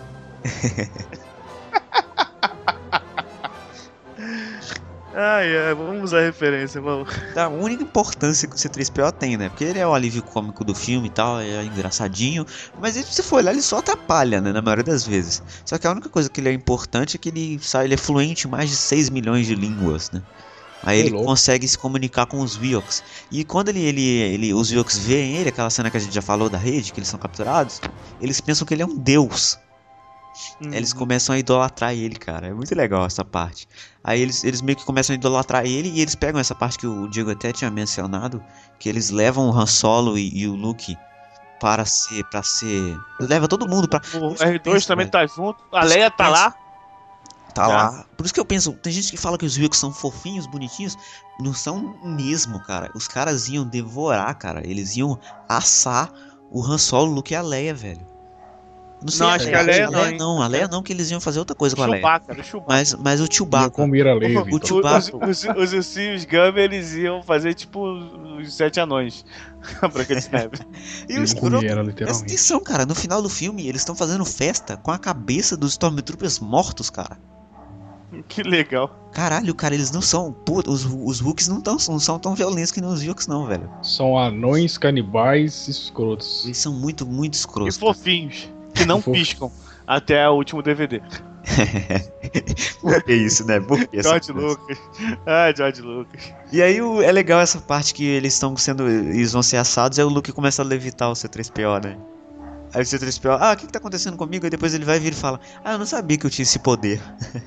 Vamos usar a referência, vamos. Da única importância que o C3PO tem, né? Porque ele é o alívio cômico do filme e tal, é engraçadinho. Mas se você for olhar, ele só atrapalha, né? Na maioria das vezes. Só que a única coisa que ele é importante é que ele é fluente em mais de 6 milhões de línguas, né? Aí ele consegue se comunicar com os Ewoks. E quando os Ewoks veem ele, aquela cena que a gente já falou da rede, que eles são capturados, eles pensam que ele é um deus. Eles começam a idolatrar ele, cara. É muito legal essa parte. Aí eles meio que começam a idolatrar ele. E eles pegam essa parte que o Diego até tinha mencionado, que eles levam o Han Solo e o Luke para ser... Leva todo mundo pra... O R2 também tá junto. A Leia tá lá. Tá lá. Por isso que eu penso, tem gente que fala que os Ewoks são fofinhos, bonitinhos. Não são mesmo, cara. Os caras iam devorar, cara. Eles iam assar o Han Solo, o Luke e a Leia, velho. Não sei, acho que a Leia não. A Leia não, que eles iam fazer outra coisa com a Leia. Mas o Chewbacca. Ia comer a Leia, o Chewbacca. Os Ursinhos Gummy, eles iam fazer tipo os 7 anões. Pra aquele snap. E os presta atenção, cara. No final do filme, eles estão fazendo festa com a cabeça dos Stormtroopers mortos, cara. Que legal. Caralho, cara, eles não são... Pô, os Wookies não são tão violentos que nem os Ewoks, não, velho. São anões canibais escrotos. Eles são muito, muito escrotos. E fofinhos. Que não piscam até o último DVD. Por que isso, né? Por que George Lucas. George Lucas. E aí é legal essa parte que eles vão ser assados. Aí o Luke começa a levitar o C3PO, né? Aí o C3PO, o que tá acontecendo comigo? Aí depois ele vai vir e fala, eu não sabia que eu tinha esse poder.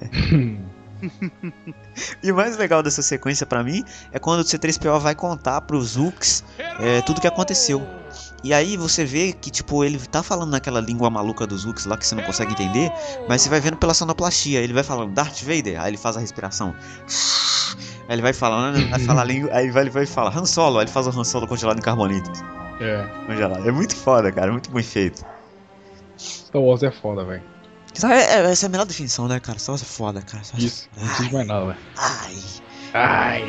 E o mais legal dessa sequência pra mim é quando o C3PO vai contar pros Wookies tudo que aconteceu. E aí você vê que, tipo, ele tá falando naquela língua maluca dos Wookies lá que você não consegue entender, mas você vai vendo pela sonoplastia. Ele vai falando Darth Vader, aí ele faz a respiração. Aí ele vai falando, vai falar a língua, aí ele vai falar Han Solo, aí ele faz o Han Solo congelado em carbonito. Congelado. É muito foda, cara, muito bem feito. Star Wars é foda, velho. Essa é a melhor definição, né, cara? Star Wars é foda, cara. Isso, não preciso mais nada, velho. Ai.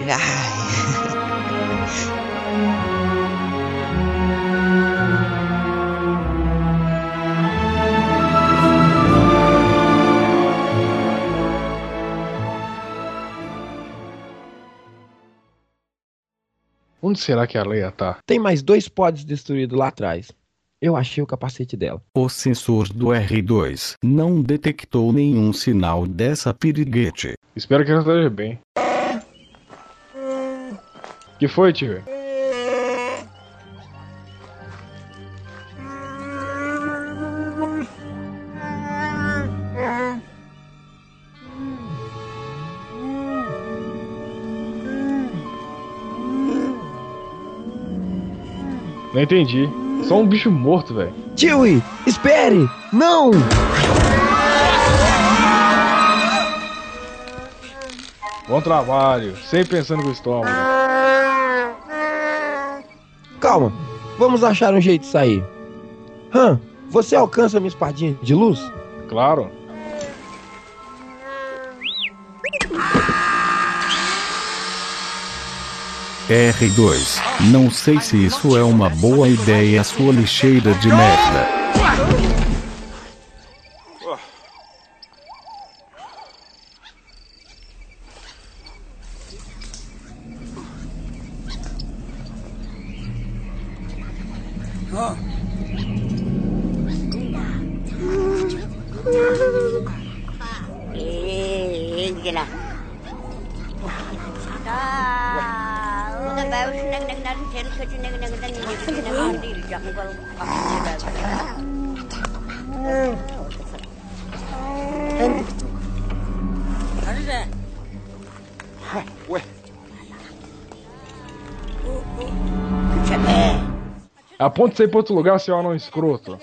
Onde será que a Leia tá? Tem mais 2 pods destruídos lá atrás. Eu achei o capacete dela. O sensor do R2 não detectou nenhum sinal dessa piriguete. Espero que ela esteja bem. Que foi, tio? Não entendi. Só um bicho morto, velho. Chewie, espere! Não! Bom trabalho. Sempre pensando com o estômago. Calma, vamos achar um jeito de sair. Han, você alcança minha espadinha de luz? Claro. R2. Não sei se isso é uma boa ideia, sua lixeira de merda. Aponta isso aí pra outro lugar, seu anão escroto.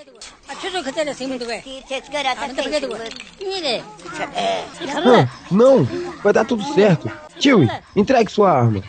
Han, não! Vai dar tudo certo. Chewie, entregue sua arma.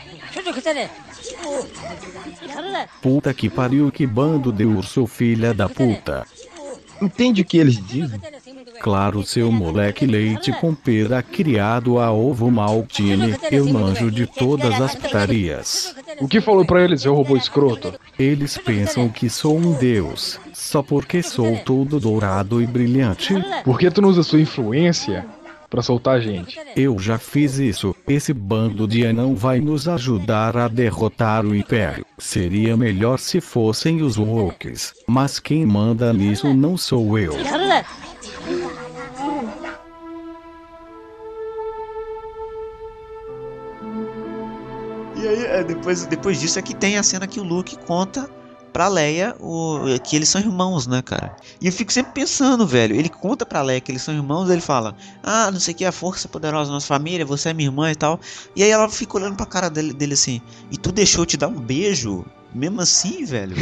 Puta que pariu, que bando de urso, filha da puta. Entende o que eles dizem? Claro, seu moleque leite com pera criado a ovo maltine, eu manjo de todas as putarias. O que falou pra eles, seu robô escroto? Eles pensam que sou um deus, só porque sou todo dourado e brilhante. Por que tu não usa sua influência pra soltar a gente? Eu já fiz isso, esse bando de anão vai nos ajudar a derrotar o Império. Seria melhor se fossem os Wokes, mas quem manda nisso não sou eu. E aí, depois disso é que tem a cena que o Luke conta pra Leia que eles são irmãos, né, cara? E eu fico sempre pensando, velho, ele conta pra Leia que eles são irmãos, ele fala, não sei o que, a força poderosa da nossa família, você é minha irmã e tal. E aí ela fica olhando pra cara dele assim, e tu deixou te dar um beijo? Mesmo assim, velho?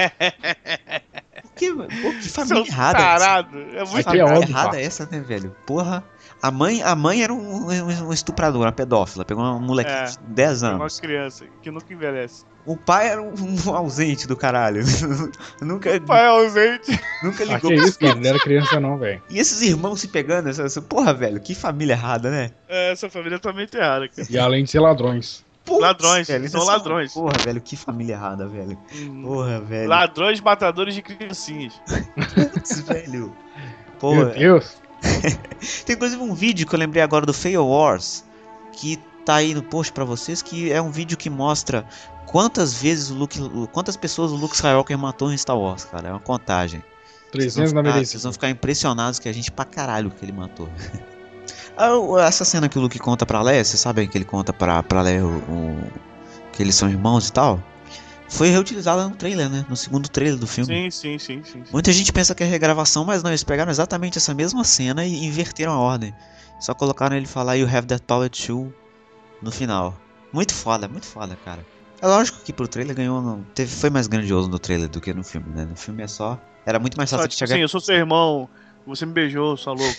Pô, que família errada. Tarado. É muito família errada essa, né, velho? Porra. A mãe era um estuprador, uma pedófila. Pegou uma molequinha de 10 anos. Uma criança que nunca envelhece. O pai era um ausente do caralho. Nunca. O pai é ausente. Nunca ligou que isso, cara? Não era criança não, velho. E esses irmãos se pegando, porra, velho, que família errada, né? Essa família tá muito errada, cara. E além de ser ladrões. Putz, ladrões, velho, são ladrões. Porra, velho, que família errada, velho. Porra, velho. Ladrões matadores de criancinhas. Putz, velho. Porra. Meu Deus. Tem inclusive um vídeo que eu lembrei agora do Fail Wars, que tá aí no post pra vocês, que é um vídeo que mostra quantas pessoas o Luke Skywalker matou em Star Wars, cara. É uma contagem. 395. Vocês vão ficar impressionados que a gente pra caralho que ele matou. Essa cena que o Luke conta pra Leia, vocês sabem que ele conta pra Leia que eles são irmãos e tal? Foi reutilizada no trailer, né? No segundo trailer do filme. Sim. Muita gente pensa que é regravação, mas não, eles pegaram exatamente essa mesma cena e inverteram a ordem. Só colocaram ele falar You have that power too no final. Muito foda, cara. É lógico que pro trailer foi mais grandioso no trailer do que no filme, né? No filme era muito mais fácil de chegar. Sim, eu sou seu irmão, você me beijou, sua louca.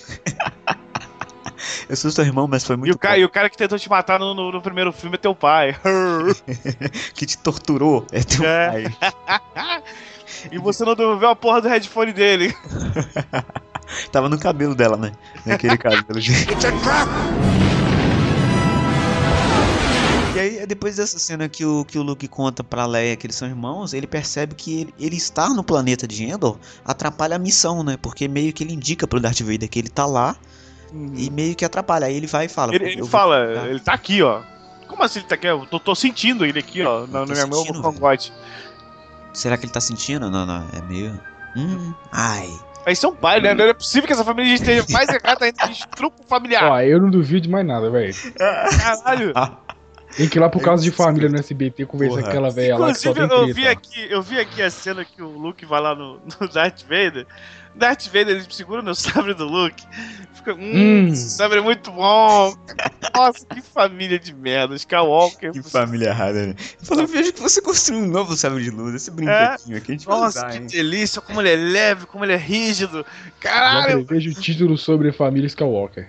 Eu sou seu irmão, mas foi muito... E o cara que tentou te matar no primeiro filme é teu pai. Que te torturou é teu pai. E você não devolveu a porra do headphone dele. Tava no cabelo dela, né? Naquele cabelo. E aí, depois dessa cena que o Luke conta pra Leia que eles são irmãos, ele percebe que ele estar no planeta de Endor atrapalha a missão, né? Porque meio que ele indica pro Darth Vader que ele tá lá. E meio que atrapalha. Aí ele vai e fala... Ele tá aqui, ó. Como assim ele tá aqui? Eu tô sentindo ele aqui, ó. Na minha mão, no cangote. Será que ele tá sentindo? Não. É meio... Ai. Mas isso é um pai, né? Não é possível que essa família esteja mais errada ainda de estrupo familiar. Ó, eu não duvido de mais nada, velho. Caralho. Tem que ir lá pro caso de família no SBT conversar com aquela velha lá que só tem Inclusive, treta. eu vi aqui a cena que o Luke vai lá no Darth Vader. Darth Vader, ele segura no sabre do Luke. Fica, esse sabre é muito bom. Nossa, que família de merda. Skywalker. Que família errada, né? Falando, vejo que você construiu um novo sabre de luz. Esse brinquedinho aqui a gente vai Nossa, usar, que hein? delícia. Como ele é leve, como ele é rígido. Já Caralho. prevejo o título sobre família Skywalker.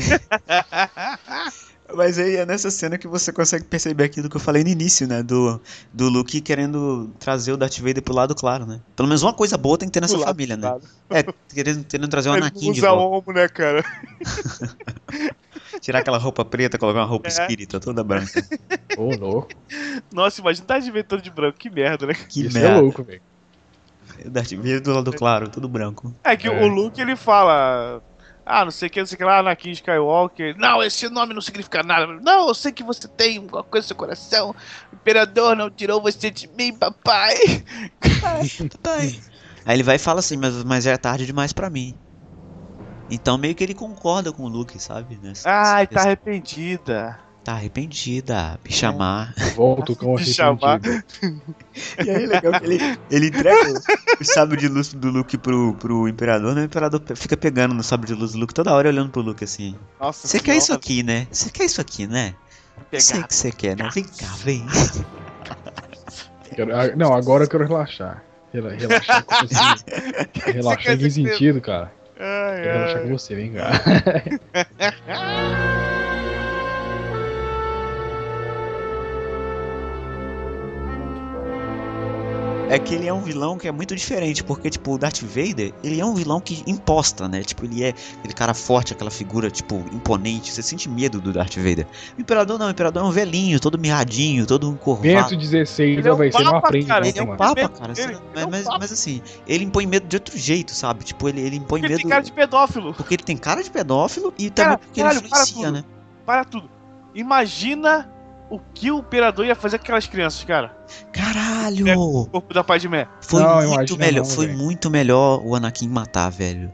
Mas aí é nessa cena que você consegue perceber aquilo que eu falei no início, né? Do Luke querendo trazer o Darth Vader pro lado claro, né? Pelo menos uma coisa boa tem que ter nessa família, né? É, querendo trazer o Anakin de usa volta. homo, né, cara? Tirar aquela roupa preta, colocar uma roupa espírita toda branca. Ô, louco. Nossa, imagina Darth Vader todo de branco. Que merda, né? Que Isso é merda. louco, velho. O Darth Vader do lado claro, tudo branco. É que o Luke, ele fala... Ah, não sei o que lá, Anakin Skywalker. Não, esse nome não significa nada. Não, eu sei que você tem alguma coisa no seu coração. O Imperador não tirou você de mim, papai. Papai. Aí ele vai e fala assim, mas é tarde demais pra mim. Então meio que ele concorda com o Luke, sabe? Ai, tá arrependida. Tá arrependida, me chamar. Volto com arrependido. E aí é legal que ele entrega o sabre de luz do Luke pro Imperador, né? O Imperador fica pegando no sabre de luz do Luke toda hora olhando pro Luke assim. Nossa, você quer isso aqui, né? Você quer isso aqui, né? Eu sei que você quer, né? Vem cá, vem. Não, agora eu quero relaxar. Relaxar com você. Relaxar em que sentido, cara? Quero relaxar com você, vem cá. É que ele é um vilão que é muito diferente, porque, tipo, o Darth Vader, ele é um vilão que imposta, né? Tipo, ele é aquele cara forte, aquela figura, tipo, imponente, você sente medo do Darth Vader. O Imperador não, o Imperador é um velhinho, todo mirradinho, todo encurvado. Bento 16, ó, velho, você não aprende, cara, Ele é um papa, cara, mas assim, ele impõe medo de outro jeito, sabe? Tipo, ele impõe Porque medo... ele tem cara de pedófilo. Porque ele tem cara de pedófilo e também porque ele influencia, né? Para tudo. Imagina o que o Imperador ia fazer com aquelas crianças, cara. Caralho! O corpo da Padmé. Foi Não, muito melhor, não, foi véio. muito melhor o Anakin matar, velho.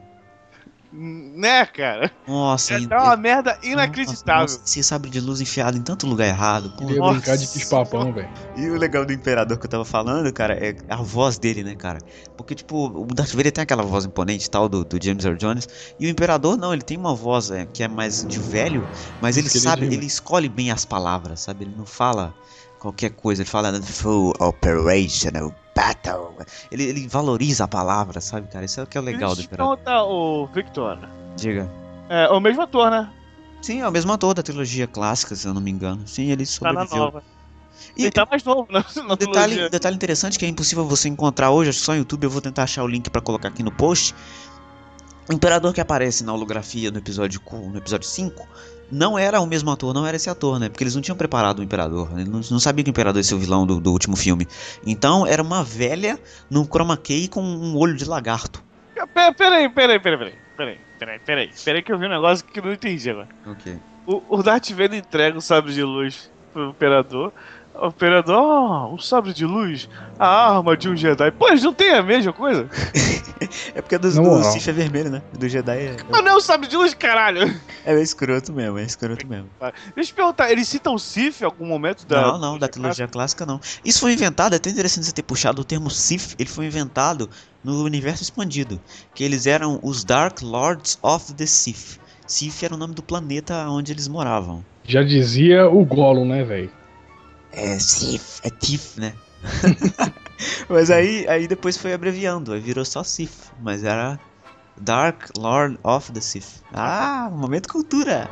Né, cara? Nossa, É uma merda inacreditável. Nossa, esse sabre de luz enfiado em tanto lugar errado. Pô. Ele ia brincar de pispapão, velho. E o legal do Imperador que eu tava falando, cara, é a voz dele, né, cara? Porque, tipo, o Darth Vader tem aquela voz imponente e tal, do James Earl Jones. E o Imperador, não, ele tem uma voz que é mais de velho, mas ele sabe, ele escolhe bem as palavras, sabe? Ele não fala qualquer coisa, ele fala full operational battle. Ele valoriza a palavra, sabe, cara? Isso é o que é o legal do Imperador. Então, o Victor. Diga. É o mesmo ator, né? Sim, é o mesmo ator da trilogia clássica, se eu não me engano. Sim, ele sobreviveu. Tá na nova. E Ele tá mais novo, né? detalhe interessante que é impossível você encontrar hoje, acho que só no YouTube, eu vou tentar achar o link pra colocar aqui no post. O Imperador que aparece na holografia no episódio 5 não era o mesmo ator, não era esse ator, né? Porque eles não tinham preparado o Imperador, eles não sabiam que o Imperador ia ser o vilão do último filme. Então era uma velha num chroma key com um olho de lagarto. Peraí, que eu vi um negócio que eu não entendi agora. Ok. O Darth Vader entrega o sabre de luz pro Imperador. O Imperador, o sabre de luz, a arma de um Jedi. Pô, eles não têm a mesma coisa? É porque do Sith é vermelho, né? Do Jedi é... Mas não é o sabre de luz, caralho! É escroto mesmo, Deixa eu te perguntar, eles citam o Sith em algum momento da... Não, da trilogia clássica não. Isso foi inventado, é até interessante você ter puxado o termo Sith, ele foi inventado no universo expandido, que eles eram os Dark Lords of the Sith. Sith era o nome do planeta onde eles moravam. Já dizia o Gollum, né, velho? É Sith, é Tif, né? Mas aí depois foi abreviando, aí virou só Sith, mas era Dark Lord of the Sith. Ah, momento cultura!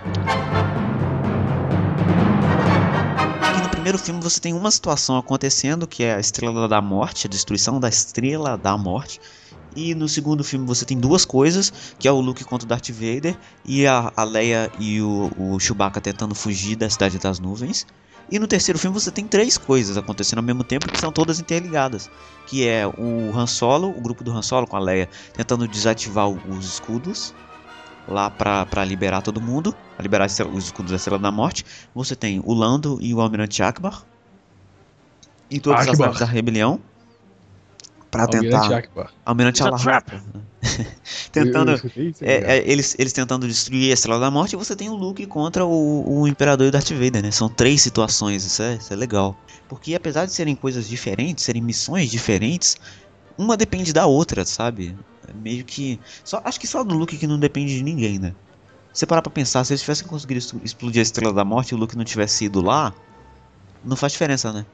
Aqui no primeiro filme você tem uma situação acontecendo, que é a Estrela da Morte, a destruição da Estrela da Morte. E no segundo filme você tem duas coisas, que é o Luke contra o Darth Vader e a Leia e o Chewbacca tentando fugir da Cidade das Nuvens. E no terceiro filme você tem três coisas acontecendo ao mesmo tempo que são todas interligadas. Que é o Han Solo, o grupo do Han Solo com a Leia tentando desativar os escudos lá pra liberar todo mundo, pra liberar os escudos da Estrela da Morte. Você tem o Lando e o Almirante Akbar e todas as naves da rebelião pra Almirante tentar... Akbar. Almirante It's a Akbar. Tentando... Eu escutei isso, cara. Eles tentando destruir a Estrela da Morte, e você tem o Luke contra o Imperador e o Darth Vader, né? São 3 situações, isso é legal. Porque apesar de serem coisas diferentes, serem missões diferentes, uma depende da outra, sabe? É meio que... acho que só do Luke que não depende de ninguém, né? Se você parar pra pensar, se eles tivessem conseguido explodir a Estrela da Morte e o Luke não tivesse ido lá, não faz diferença, né?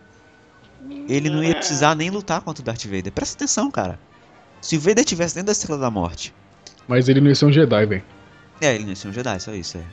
Ele não ia precisar nem lutar contra o Darth Vader. Presta atenção, cara. Se o Vader estivesse dentro da Estrela da Morte... Mas ele não ia ser um Jedi, velho. ele não ia ser um Jedi, só isso,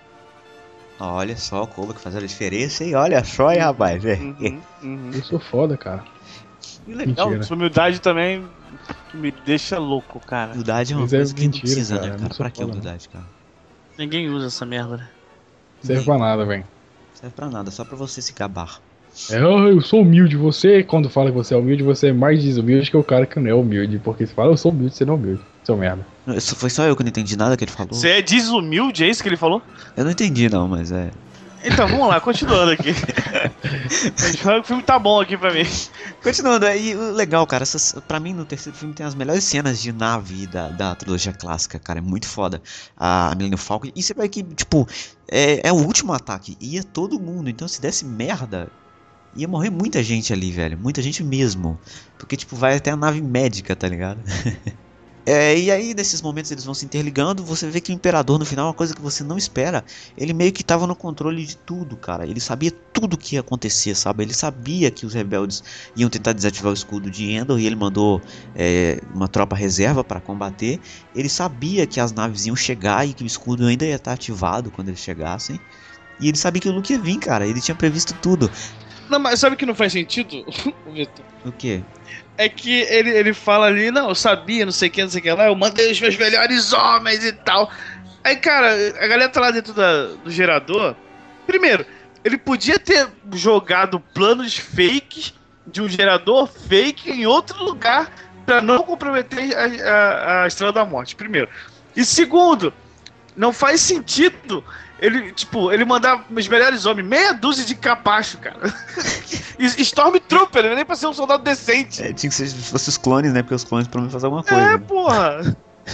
Olha só o Koba que faz a diferença, hein? Olha só, hein, rapaz. Eu sou foda, cara. E legal, Mentira. essa humildade também me deixa louco, cara. Humildade é uma Mas é coisa que não mentira, precisa, cara. né, Não cara? sou Pra que foda, humildade, cara? Ninguém usa essa merda, né? Serve pra nada, velho. Não serve pra nada, só pra você se gabar. Eu sou humilde. Você, quando fala que você é humilde, você é mais desumilde que o cara que não é humilde. Porque você fala, eu sou humilde, você não é humilde. Seu merda. Foi só eu que não entendi nada que ele falou. Você é desumilde, é isso que ele falou? Eu não entendi não, mas é... Então, vamos lá, continuando aqui. O filme tá bom aqui pra mim. Continuando, aí o legal, cara, pra mim no terceiro filme tem as melhores cenas de nave da trilogia clássica, cara, é muito foda. A Millennium Falcon, e você vai que, tipo, é o último ataque, ia todo mundo, então se desse merda, ia morrer muita gente ali, velho, muita gente mesmo. Porque, tipo, vai até a nave médica, tá ligado? E aí, nesses momentos eles vão se interligando, você vê que o Imperador, no final, é uma coisa que você não espera. Ele meio que tava no controle de tudo, cara. Ele sabia tudo o que ia acontecer, sabe? Ele sabia que os rebeldes iam tentar desativar o escudo de Endor e ele mandou uma tropa reserva para combater. Ele sabia que as naves iam chegar e que o escudo ainda ia estar ativado quando eles chegassem. E ele sabia que o Luke ia vir, cara. Ele tinha previsto tudo. Não, mas sabe o que não faz sentido, Vitor? O quê? É que ele fala ali, não, eu sabia, não sei o que lá, eu mandei os meus melhores homens e tal. Aí, cara, a galera tá lá dentro do gerador. Primeiro, ele podia ter jogado planos fakes de um gerador fake em outro lugar pra não comprometer a Estrela da Morte, primeiro. E segundo, não faz sentido ele mandar os melhores homens, meia dúzia de capacho, cara. Stormtrooper, nem pra ser um soldado decente. Tinha que ser se fosse os clones, né? Porque os clones provavelmente fazer alguma coisa. Né? Porra!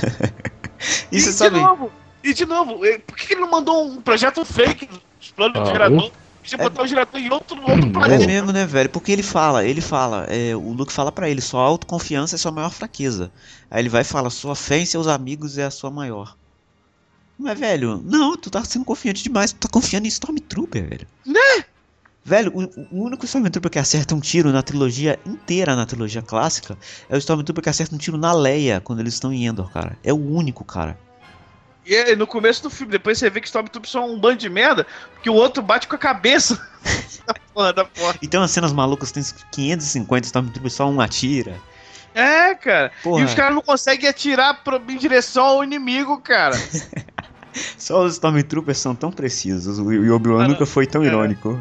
E você sabe... de novo, por que ele não mandou um projeto fake dos planos do gerador? Você botar o gerador em outro planeta. É mesmo, né, velho? Porque ele fala, o Luke fala pra ele, sua autoconfiança é sua maior fraqueza. Aí ele vai e fala, sua fé em seus amigos é a sua maior. Mas, velho, não, tu tá sendo confiante demais, tu tá confiando em Stormtrooper, velho. Né? Velho, o único Stormtrooper que acerta um tiro na trilogia inteira, na trilogia clássica, é o Stormtrooper que acerta um tiro na Leia quando eles estão em Endor, cara. É o único, cara. E aí, no começo do filme, depois você vê que Stormtrooper são um bando de merda, porque o outro bate com a cabeça da porra. E tem umas cenas malucas, tem 550 Stormtroopers, só um atira. É, cara. Porra. E os caras não conseguem atirar em direção ao inimigo, cara. Só os Stormtroopers são tão precisos. O Obi-Wan nunca foi tão irônico.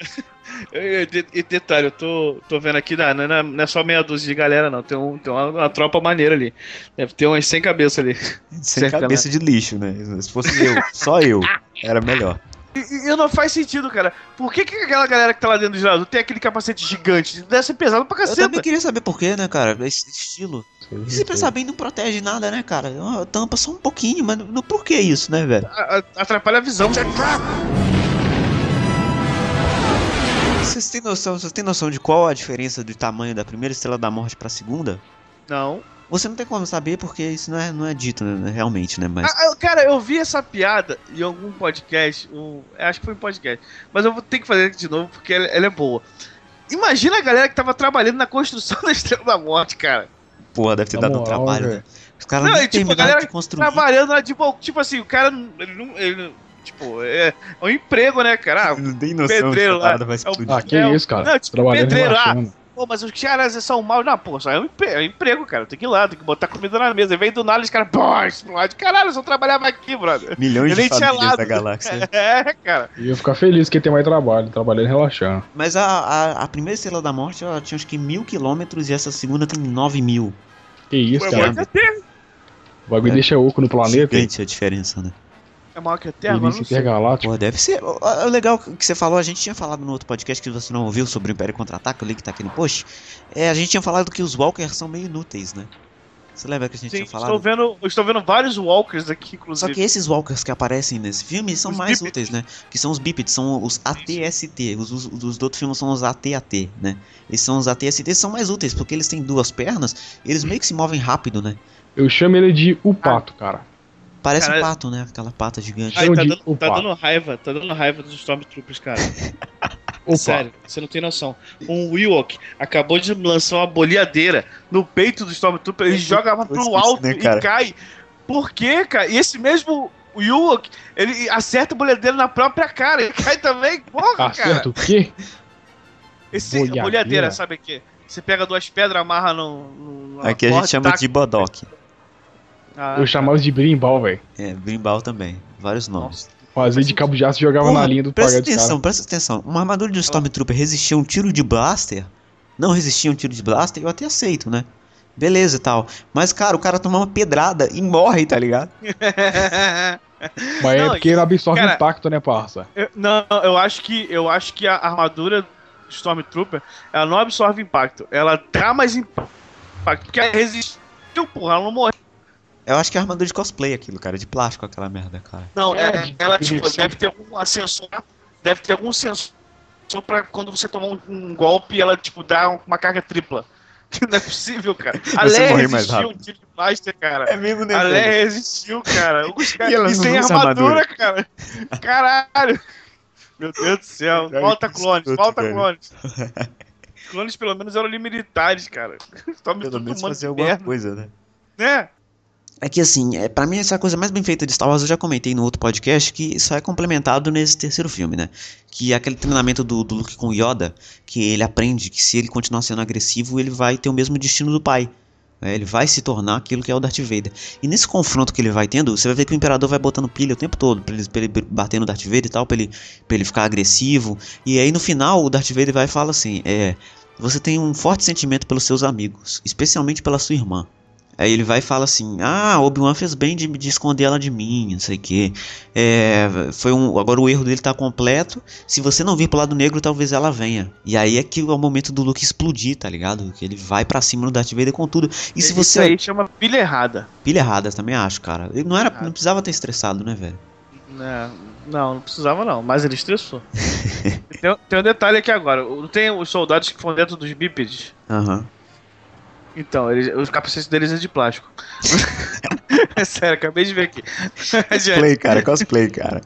E detalhe, eu tô vendo aqui, não é só meia dúzia de galera, não. Tem uma tropa maneira ali. Deve ter umas 100 cabeças ali. Sem cabeça de lixo, né? Se fosse só eu, era melhor. E não faz sentido, cara. Por que aquela galera que tá lá dentro do gerador tem aquele capacete gigante? Deve ser pesado pra caceta. Eu também queria saber por quê, né, cara? Esse estilo. E se pensar bem, não protege nada, né, cara? Tampa só um pouquinho, mas por que isso, né, velho? Atrapalha a visão. Vocês têm noção de qual a diferença do tamanho da primeira Estrela da Morte pra segunda? Não. Você não tem como saber porque isso não é dito, né, realmente, né? Mas... Cara, eu vi essa piada em algum podcast, acho que foi um podcast, mas eu vou ter que fazer de novo porque ela é boa. Imagina a galera que tava trabalhando na construção da Estrela da Morte, cara. Porra, deve ter dado um trabalho, né? Os caras não terminaram de construir. Trabalhando lá, tipo assim, o cara, ele tipo, é um emprego, né, cara? Não tem noção que essa parada vai explodir. Que isso, cara? Não, tipo, trabalhando pedreiro lá. Pô, mas os caras são mal. Não, pô, só é um emprego, cara. Tem que ir lá, tem que botar comida na mesa. E vem do nada os caras, pô, explode. Caralho, eu só trabalhava aqui, brother. Milhões de famílias da galáxia. É, cara. E eu ficar feliz que tem mais trabalho, trabalhando e relaxando. Mas a primeira Estrela da Morte, ela tinha acho que 1.000 quilômetros e essa segunda tem 9.000. Que isso, cara. O bagulho deixa oco no planeta. Gigante a diferença, né? É maior que a Terra? Milícia Intergaláctica. Pô, deve ser. O legal que você falou, a gente tinha falado no outro podcast que você não ouviu sobre o Império Contra-Ataca, o link tá aqui no post. A gente tinha falado que os Walkers são meio inúteis, né? Você lembra que a gente tinha falado? Estou vendo vários Walkers aqui, inclusive. Só que esses Walkers que aparecem nesse filme são Os mais bípedes. úteis, né? Que são os bípedes, são os AT-ST. Os do outro filme são os AT-AT, né? Esses são os AT-ST, são mais úteis, porque eles têm duas pernas, eles meio que se movem rápido, né? Eu chamo ele de o pato, cara. Parece Cara, um pato, né? Aquela pata gigante. Ai, Chama tá de dando opa. tá dando raiva dos Stormtroopers, cara. Opa. Sério, você não tem noção. Um Ewok acabou de lançar uma boleadeira no peito do Stormtrooper, ele joga pro isso, alto né, e cara? cai. Por quê, cara? E esse mesmo Ewok, ele acerta a boleadeira na própria cara, ele cai também. Porra, cara. Acerta o quê? Esse Boleadeira? boleadeira, sabe o quê? Você pega duas pedras, amarra no Aqui a gente chama de Bodok. Eu chamava de brimbal, velho. Brimbal também. Vários nomes. Fazia de cabo de aço e jogava Porra, na linha do presta pagar de cara. presta atenção. Uma armadura de Stormtrooper resistia a um tiro de blaster? Não resistia a um tiro de blaster? Eu até aceito, né? Beleza e tal. Mas, cara, o cara toma uma pedrada e morre, tá ligado? Mas é Não, porque ele absorve cara, impacto, né, parça? Eu acho que a armadura do Stormtrooper, ela não absorve impacto. Ela dá mais impacto. Porque ela resistiu, porra, ela não morreu. Eu acho que é armadura de cosplay aquilo, cara. De plástico aquela merda, cara. Não, É, ela tipo, deve ter algum sensor. Deve ter algum sensor pra quando você tomar um golpe, ela tipo dá uma carga tripla. Não é possível, cara. A Você Leia morrer mais resistiu rápido. um tiro de blaster, cara. É mesmo, né, A velho? Leia resistiu, cara. E ela E não sem usa armadura, armadura. cara. Caralho. Meu Deus do céu. Ai, Falta que clones, escroto, falta velho. clones. Clones pelo menos eram ali militares, cara. Pelo menos fazer alguma coisa, né? Né? É que assim, pra mim essa é a coisa mais bem feita de Star Wars, eu já comentei no outro podcast, que só é complementado nesse terceiro filme, né? Que é aquele treinamento do Luke com o Yoda, que ele aprende que se ele continuar sendo agressivo, ele vai ter o mesmo destino do pai. Ele vai se tornar aquilo que é o Darth Vader. E nesse confronto que ele vai tendo, você vai ver que o Imperador vai botando pilha o tempo todo, pra ele bater no Darth Vader e tal, pra ele ficar agressivo. E aí no final o Darth Vader vai e fala assim, você tem um forte sentimento pelos seus amigos, especialmente pela sua irmã. Aí ele vai e fala assim, Obi-Wan fez bem de esconder ela de mim, não sei o que. Agora o erro dele tá completo, se você não vir pro lado negro, talvez ela venha. E aí é que é o momento do Luke explodir, tá ligado? Que ele vai pra cima no Darth Vader com tudo. E se Isso você... aí chama pilha errada. Pilha errada, também acho, cara. Ele não precisava ter estressado, né, velho? Não precisava não, mas ele estressou. tem um detalhe aqui agora, tem os soldados que foram dentro dos bípedes. Aham. Então, os capacetes deles é de plástico. É sério, acabei de ver aqui. Cosplay, cara.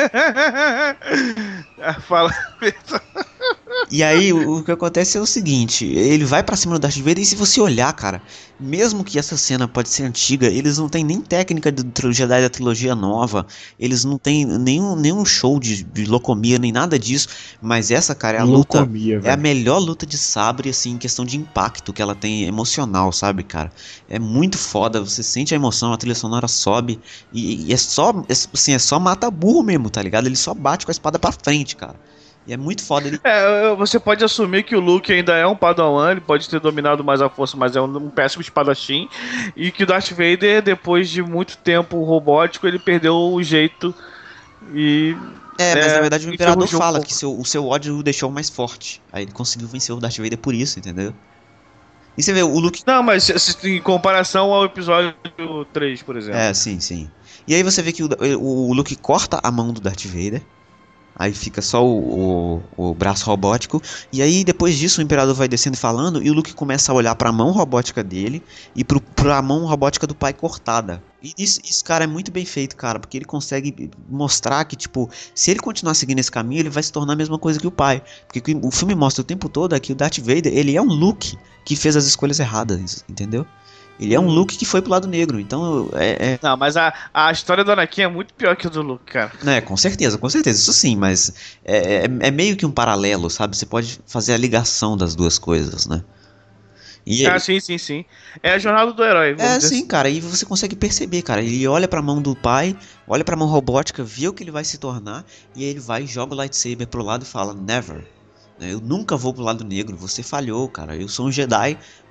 Fala. E aí, o que acontece é o seguinte, ele vai pra cima do Darth Vader e se você olhar, cara, mesmo que essa cena pode ser antiga, eles não tem nem técnica do Jedi da trilogia nova, eles não tem nenhum show de locomia, nem nada disso, mas essa, cara, é a luta, é a melhor luta de sabre, assim, em questão de impacto que ela tem emocional, sabe, cara? É muito foda, você sente a emoção, a trilha sonora sobe e é só mata burro mesmo, tá ligado? Ele só bate com a espada pra frente, cara. E é muito foda ele. Você pode assumir que o Luke ainda é um Padawan, ele pode ter dominado mais a força, mas é um péssimo espadachim. E que o Darth Vader, depois de muito tempo robótico, ele perdeu o jeito e... mas na verdade o Imperador fala um que o seu ódio o deixou mais forte. Aí ele conseguiu vencer o Darth Vader por isso, entendeu? E você vê, o Luke... Não, mas em comparação ao episódio 3, por exemplo. Sim. E aí você vê que o Luke corta a mão do Darth Vader. Aí fica só o braço robótico. E aí depois disso o Imperador vai descendo e falando. E o Luke começa a olhar pra mão robótica dele e pra mão robótica do pai cortada. E isso, cara, é muito bem feito, cara. Porque ele consegue mostrar que, tipo, se ele continuar seguindo esse caminho, ele vai se tornar a mesma coisa que o pai. Porque o filme mostra o tempo todo é que o Darth Vader, ele é um Luke que fez as escolhas erradas, entendeu? Ele é um Luke que foi pro lado negro, então Não, mas a história do Anakin é muito pior que a do Luke, cara. Com certeza, isso sim, mas é meio que um paralelo, sabe? Você pode fazer a ligação das duas coisas, né? Sim. É a jornada do herói. Sim, cara, e você consegue perceber, cara. Ele olha pra mão do pai, olha pra mão robótica, vê o que ele vai se tornar, e aí ele vai e joga o lightsaber pro lado e fala, never. Eu nunca vou pro lado negro, você falhou, cara. Eu sou um Jedi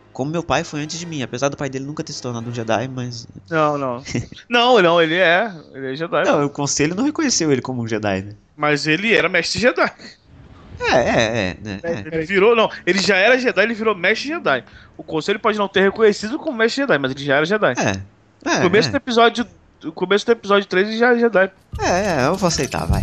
Como meu pai foi antes de mim, apesar do pai dele nunca ter se tornado um Jedi, mas... Não. Não, ele é Jedi. Não, o conselho não reconheceu ele como um Jedi, né? Mas ele era mestre Jedi. Né? Ele virou, não, ele já era Jedi, ele virou mestre Jedi. O conselho pode não ter reconhecido como mestre Jedi, mas ele já era Jedi. No começo do episódio 3 ele já era Jedi. Eu vou aceitar, vai.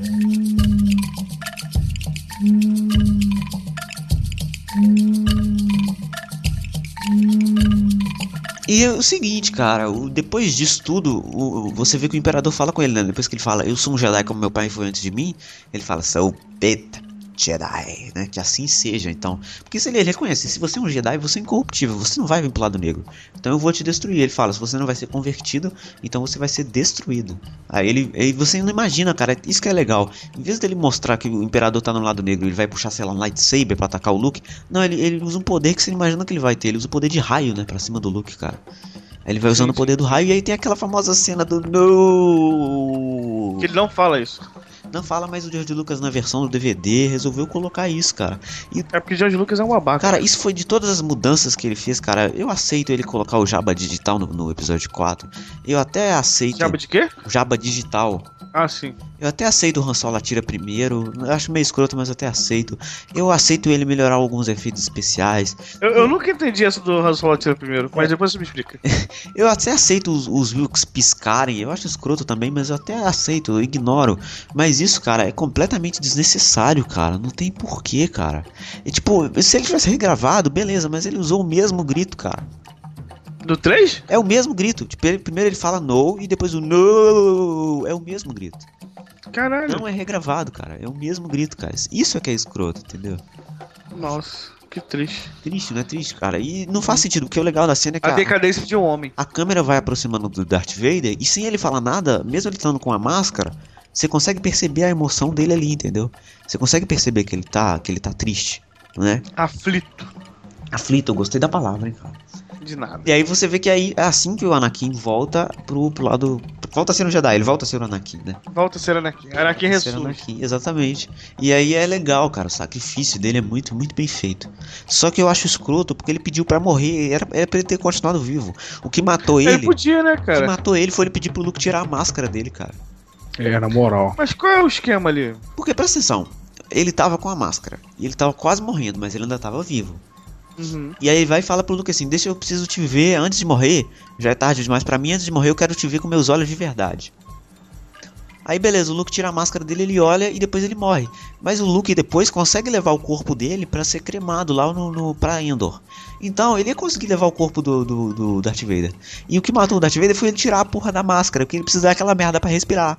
E é o seguinte, cara, depois disso tudo, você vê que o Imperador fala com ele, né? Depois que ele fala, eu sou um Jedi como meu pai foi antes de mim, ele fala, sou beta Jedi, né? Que assim seja, então. Porque se ele reconhece, se você é um Jedi, você é incorruptível, você não vai vir pro lado negro. Então eu vou te destruir. Ele fala, se você não vai ser convertido, então você vai ser destruído. Aí você não imagina, cara, isso que é legal. Em vez dele mostrar que o Imperador tá no lado negro, ele vai puxar, sei lá, um lightsaber pra atacar o Luke. Não, ele usa um poder que você não imagina que ele vai ter. Ele usa o poder de raio, né, pra cima do Luke, cara. Aí ele vai usando o poder do raio e aí tem aquela famosa cena do no. Que ele não fala isso. Não fala, mas o George Lucas na versão do DVD resolveu colocar isso, cara. É porque o George Lucas é um babaca. Cara, isso foi de todas as mudanças que ele fez, cara. Eu aceito ele colocar o Jabba digital no episódio 4. Eu até aceito. Jabba de quê? O Jabba digital. Ah, sim. Eu até aceito o Han Solo atira primeiro. Eu acho meio escroto, mas eu até aceito. Eu aceito ele melhorar alguns efeitos especiais. Eu nunca entendi essa do Han Solo atira primeiro, mas depois você me explica. Eu até aceito os Wilks piscarem. Eu acho escroto também, mas eu até aceito, eu ignoro. Mas isso, cara, é completamente desnecessário, cara. Não tem porquê, cara. E tipo, se ele tivesse regravado, beleza, mas ele usou o mesmo grito, cara. Do 3? É o mesmo grito. Tipo, primeiro ele fala no e depois o no. É o mesmo grito. Caralho. Não é regravado, cara. É o mesmo grito, cara. Isso é que é escroto, entendeu? Nossa, que triste. Triste, não é triste, cara. E não faz sentido, porque o legal da cena é que a decadência de um homem. A câmera vai aproximando do Darth Vader e sem ele falar nada, mesmo ele estando com a máscara, você consegue perceber a emoção dele ali, entendeu? Você consegue perceber que ele tá triste, né? Aflito, eu gostei da palavra, hein, cara. De nada. E aí você vê que aí é assim que o Anakin volta pro lado... Volta a ser um Jedi, ele volta a ser o Anakin, né? Volta a ser Anakin. Anakin ressurge. Exatamente. E aí é legal, cara, o sacrifício dele é muito, muito bem feito. Só que eu acho escroto porque ele pediu pra morrer, era pra ele ter continuado vivo. O que matou ele... Ele podia, né, cara? O que matou ele foi ele pedir pro Luke tirar a máscara dele, cara. Na moral. Mas qual é o esquema ali? Porque, presta atenção, ele tava com a máscara e ele tava quase morrendo, mas ele ainda tava vivo. Uhum. E aí ele vai e fala pro Luke assim, eu preciso te ver antes de morrer. Já é tarde demais pra mim, antes de morrer eu quero te ver com meus olhos de verdade. Aí beleza, o Luke tira a máscara dele, ele olha e depois ele morre. Mas o Luke depois consegue levar o corpo dele pra ser cremado lá pra Endor. Então ele ia conseguir levar o corpo do Darth Vader. E o que matou o Darth Vader foi ele tirar a porra da máscara, porque ele precisa daquela merda pra respirar.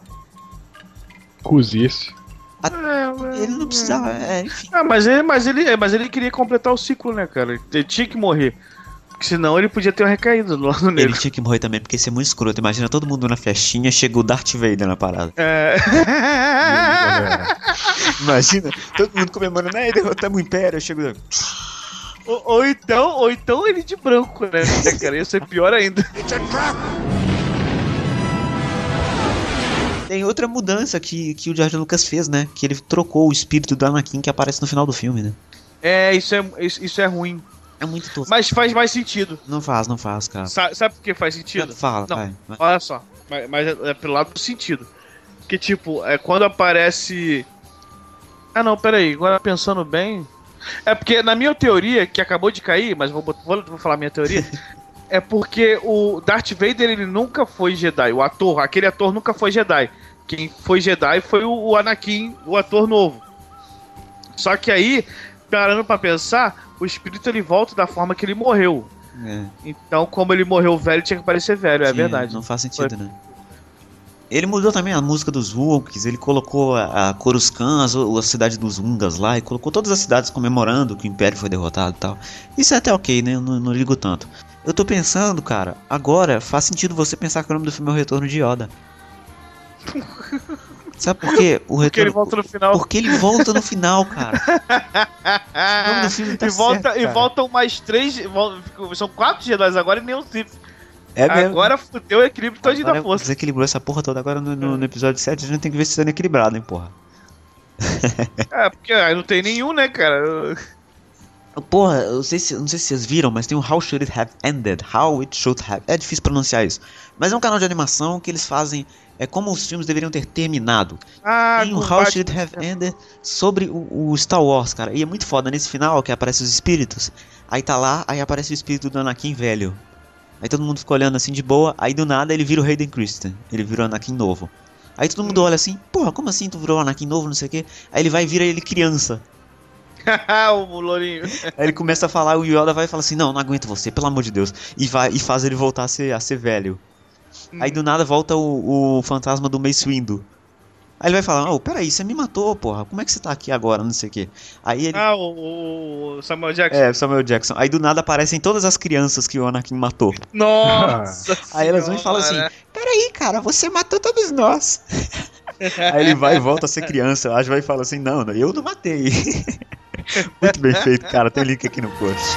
Cozice. Ele não precisava, enfim. Mas ele queria completar o ciclo, né, cara? Ele tinha que morrer. Porque senão ele podia ter uma recaída no lado negro. Ele tinha que morrer também, porque isso é muito escroto. Imagina todo mundo na festinha, chega o Darth Vader na parada. Imagina, todo mundo comemorando, derrotamos o Império, chega ou então ele de branco, né, cara? Ia ser pior ainda. Tem outra mudança que o George Lucas fez, né? Que ele trocou o espírito do Anakin que aparece no final do filme, né? Isso é ruim. É muito tosco. Mas faz mais sentido. Não faz, cara. Sabe por que faz sentido? Fala, não, vai. Olha só. Mas é pelo lado do sentido. Que tipo, é quando aparece... Ah não, peraí. Agora pensando bem... É porque na minha teoria, que acabou de cair, mas vou falar minha teoria... É porque o Darth Vader, ele nunca foi Jedi. Aquele ator nunca foi Jedi. Quem foi Jedi foi o Anakin, o ator novo. Só que aí, parando pra pensar, o espírito ele volta da forma que ele morreu. Então, como ele morreu velho, tinha que parecer velho, é verdade. Não faz sentido, né? Ele mudou também a música dos Wookiees, ele colocou a Coruscant, a cidade dos Ungas lá, e colocou todas as cidades comemorando que o Império foi derrotado e tal. Isso é até ok, né? Eu não ligo tanto. Eu tô pensando, cara, agora faz sentido você pensar que o nome do filme é O Retorno de Yoda. Sabe por quê? Porque ele volta no final. Porque ele volta no final, cara. O nome do filme tá certo, e voltam mais 3. São 4 Jedi agora e nenhum Sith. Agora fudeu o equilíbrio todinho da força. Desequilibrou essa porra toda. Agora no episódio 7 a gente tem que ver se tá equilibrado, hein, porra. Porque aí não tem nenhum, né, cara? Porra, eu não sei se vocês viram, mas tem o How Should It Have Ended? How It Should Have... É difícil pronunciar isso. Mas é um canal de animação que eles fazem... É como os filmes deveriam ter terminado. Tem o How Should It Have Ended sobre o Star Wars, cara. E é muito foda nesse final que aparece os espíritos. Aí tá lá, aí aparece o espírito do Anakin velho. Aí todo mundo fica olhando assim de boa. Aí do nada ele vira o Hayden Christensen. Ele vira o Anakin novo. Aí todo mundo olha assim, porra, como assim tu virou o Anakin novo, não sei o que. Aí ele vai e vira ele criança. O lourinho. Aí ele começa a falar, o Yoda vai e fala assim, não aguento você, pelo amor de Deus. E faz ele voltar a ser velho. Aí do nada volta o fantasma do Mace Windu. Aí ele vai falar, oh, peraí, você me matou, porra, como é que você tá aqui agora, não sei o que. Aí ele... o Samuel Jackson. É, Samuel Jackson. Aí do nada aparecem todas as crianças que o Anakin matou. Nossa. Aí elas vão e falam assim, peraí, cara, você matou todos nós. Aí ele vai e volta a ser criança. A Ash vai e fala assim, não, eu não matei. Muito bem feito, cara. Tem o link aqui no post.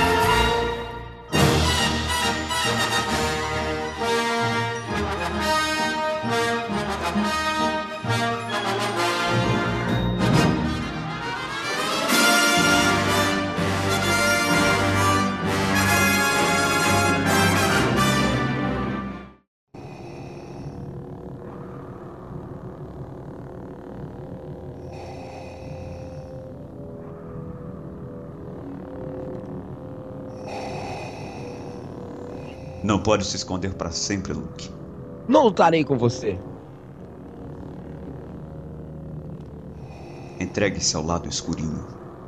Não pode se esconder para sempre, Luke. Não lutarei com você. Entregue-se ao lado escurinho.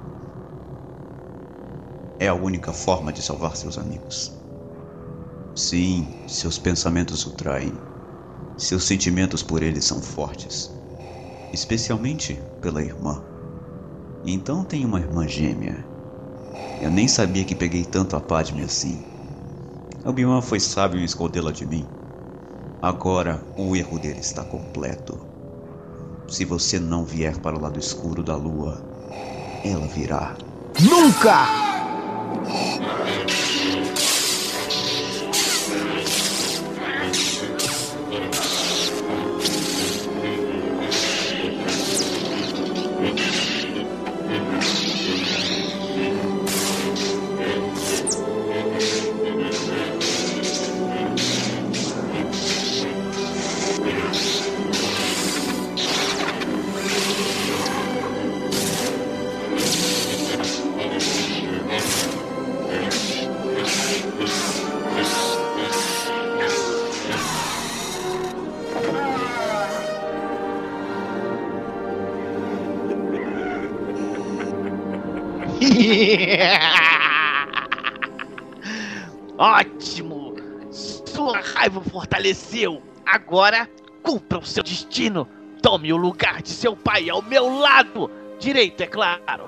É a única forma de salvar seus amigos. Sim, seus pensamentos o traem. Seus sentimentos por ele são fortes. Especialmente pela irmã. Então tem uma irmã gêmea. Eu nem sabia que peguei tanto a Padme assim. Obi-Wan foi sábio em escondê-la de mim. Agora o erro dele está completo. Se você não vier para o lado escuro da lua, ela virá. Nunca! Ótimo! Sua raiva fortaleceu! Agora, cumpra o seu destino! Tome o lugar de seu pai ao meu lado! Direito, é claro!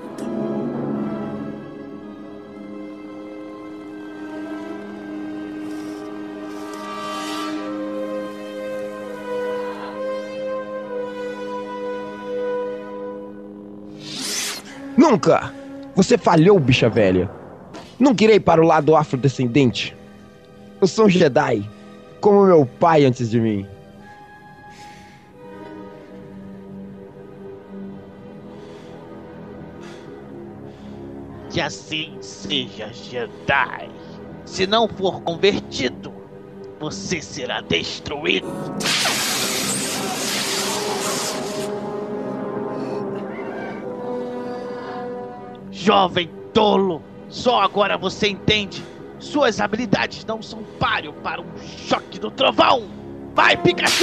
Nunca! Você falhou, bicha velha. Nunca irei para o lado afrodescendente. Eu sou um Jedi, como meu pai antes de mim. Que assim seja, Jedi. Se não for convertido, você será destruído. Jovem tolo, só agora você entende. Suas habilidades não são páreo para um choque do trovão. Vai, Pikachu!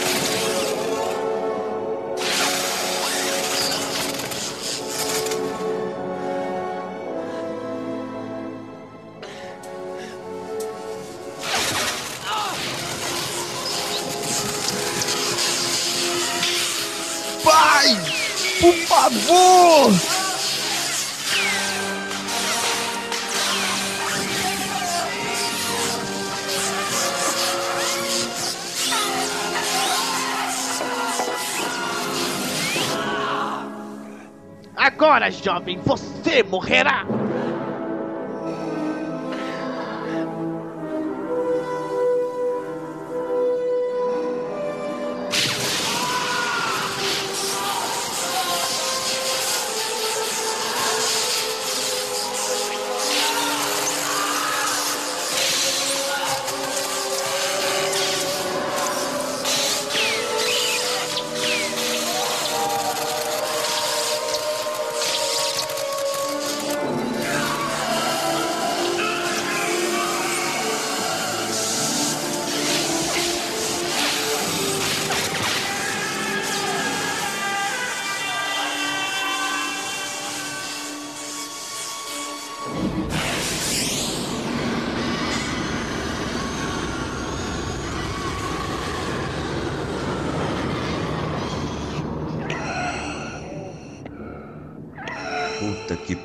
Pai! Por favor! Agora, jovem, você morrerá!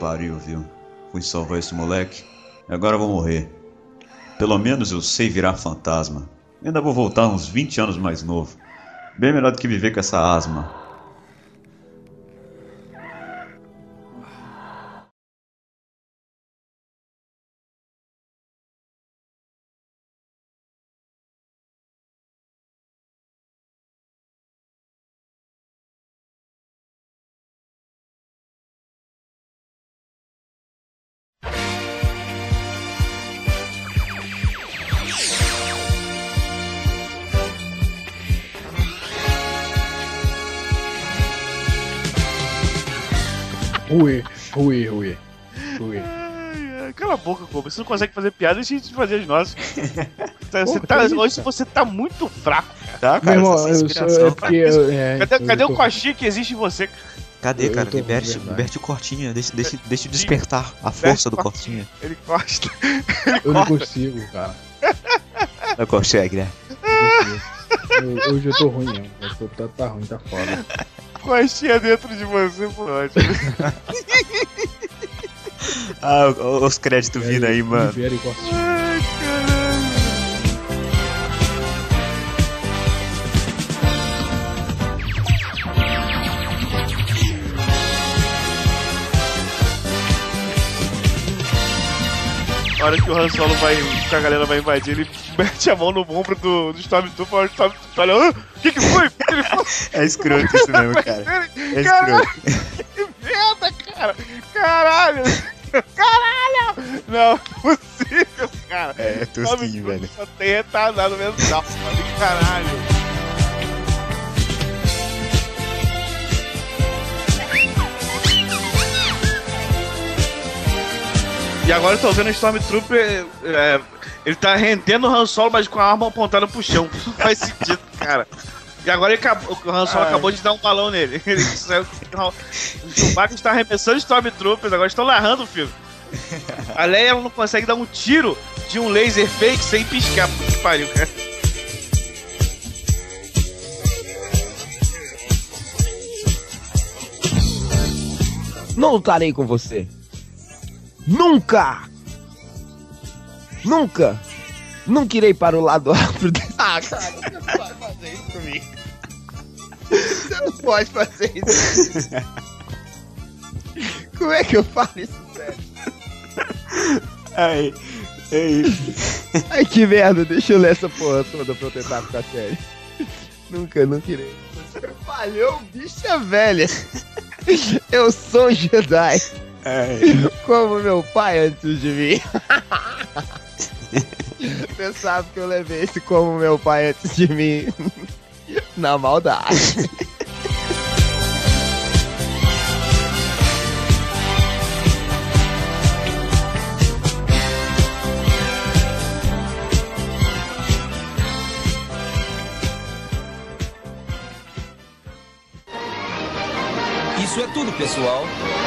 pariu, viu? Fui salvar esse moleque e agora eu vou morrer. Pelo menos eu sei virar fantasma. Ainda vou voltar uns 20 anos mais novo. Bem melhor do que viver com essa asma. Ruê. Cala a boca, Kobe. Você não consegue fazer piada, deixa a gente fazer as nossas. Hoje você tá muito fraco, cara. Tá, cara, Meu irmão, essa eu inspiração, sou, é cara. porque Cadê o coxinha que existe em você? Cadê, cara? eu tô com verdade. Liberte o Cortinha. Deixa despertar a força do Cortinha. Ele gosta. Eu não consigo, cara. Não consegue, né? Hoje eu tô ruim, né? Tá ruim, tá foda. Coxinha dentro de você, pô, ótimo. Ah, os créditos vindo aí, mano. Libere Cortinha. Ai, caralho. A hora que o Han Solo que a galera vai invadir, ele mete a mão no ombro do Stormtrooper, o Stormtrooper olha, o que foi? É escroto isso mesmo, cara. É escroto. Que merda, cara! Caralho! Não é possível, cara! É tosquinho, velho. Só tem retardado mental, caralho! E agora eu tô vendo o Stormtrooper, ele tá rendendo o Han Solo, mas com a arma apontada pro chão. Não faz sentido, cara. E agora o Han Solo acabou de dar um balão nele. Ele saiu, o Chewbacca está arremessando Stormtroopers, agora estão narrando o filme. A Leia ela não consegue dar um tiro de um laser fake sem piscar. Puta que pariu, cara. Não lutarei com você. Nunca! Nunca! Nunca irei para o lado afro. Ah, cara, você não pode fazer isso comigo. Você não pode fazer isso. Como é que eu falo isso, velho? Ai, Ai, que merda, deixa eu ler essa porra toda pra eu tentar ficar sério. Nunca irei. Você falhou, bicha velha. Eu sou um Jedi. Como meu pai antes de mim. Você sabe que eu levei esse como meu pai antes de mim na maldade. Isso é tudo, pessoal.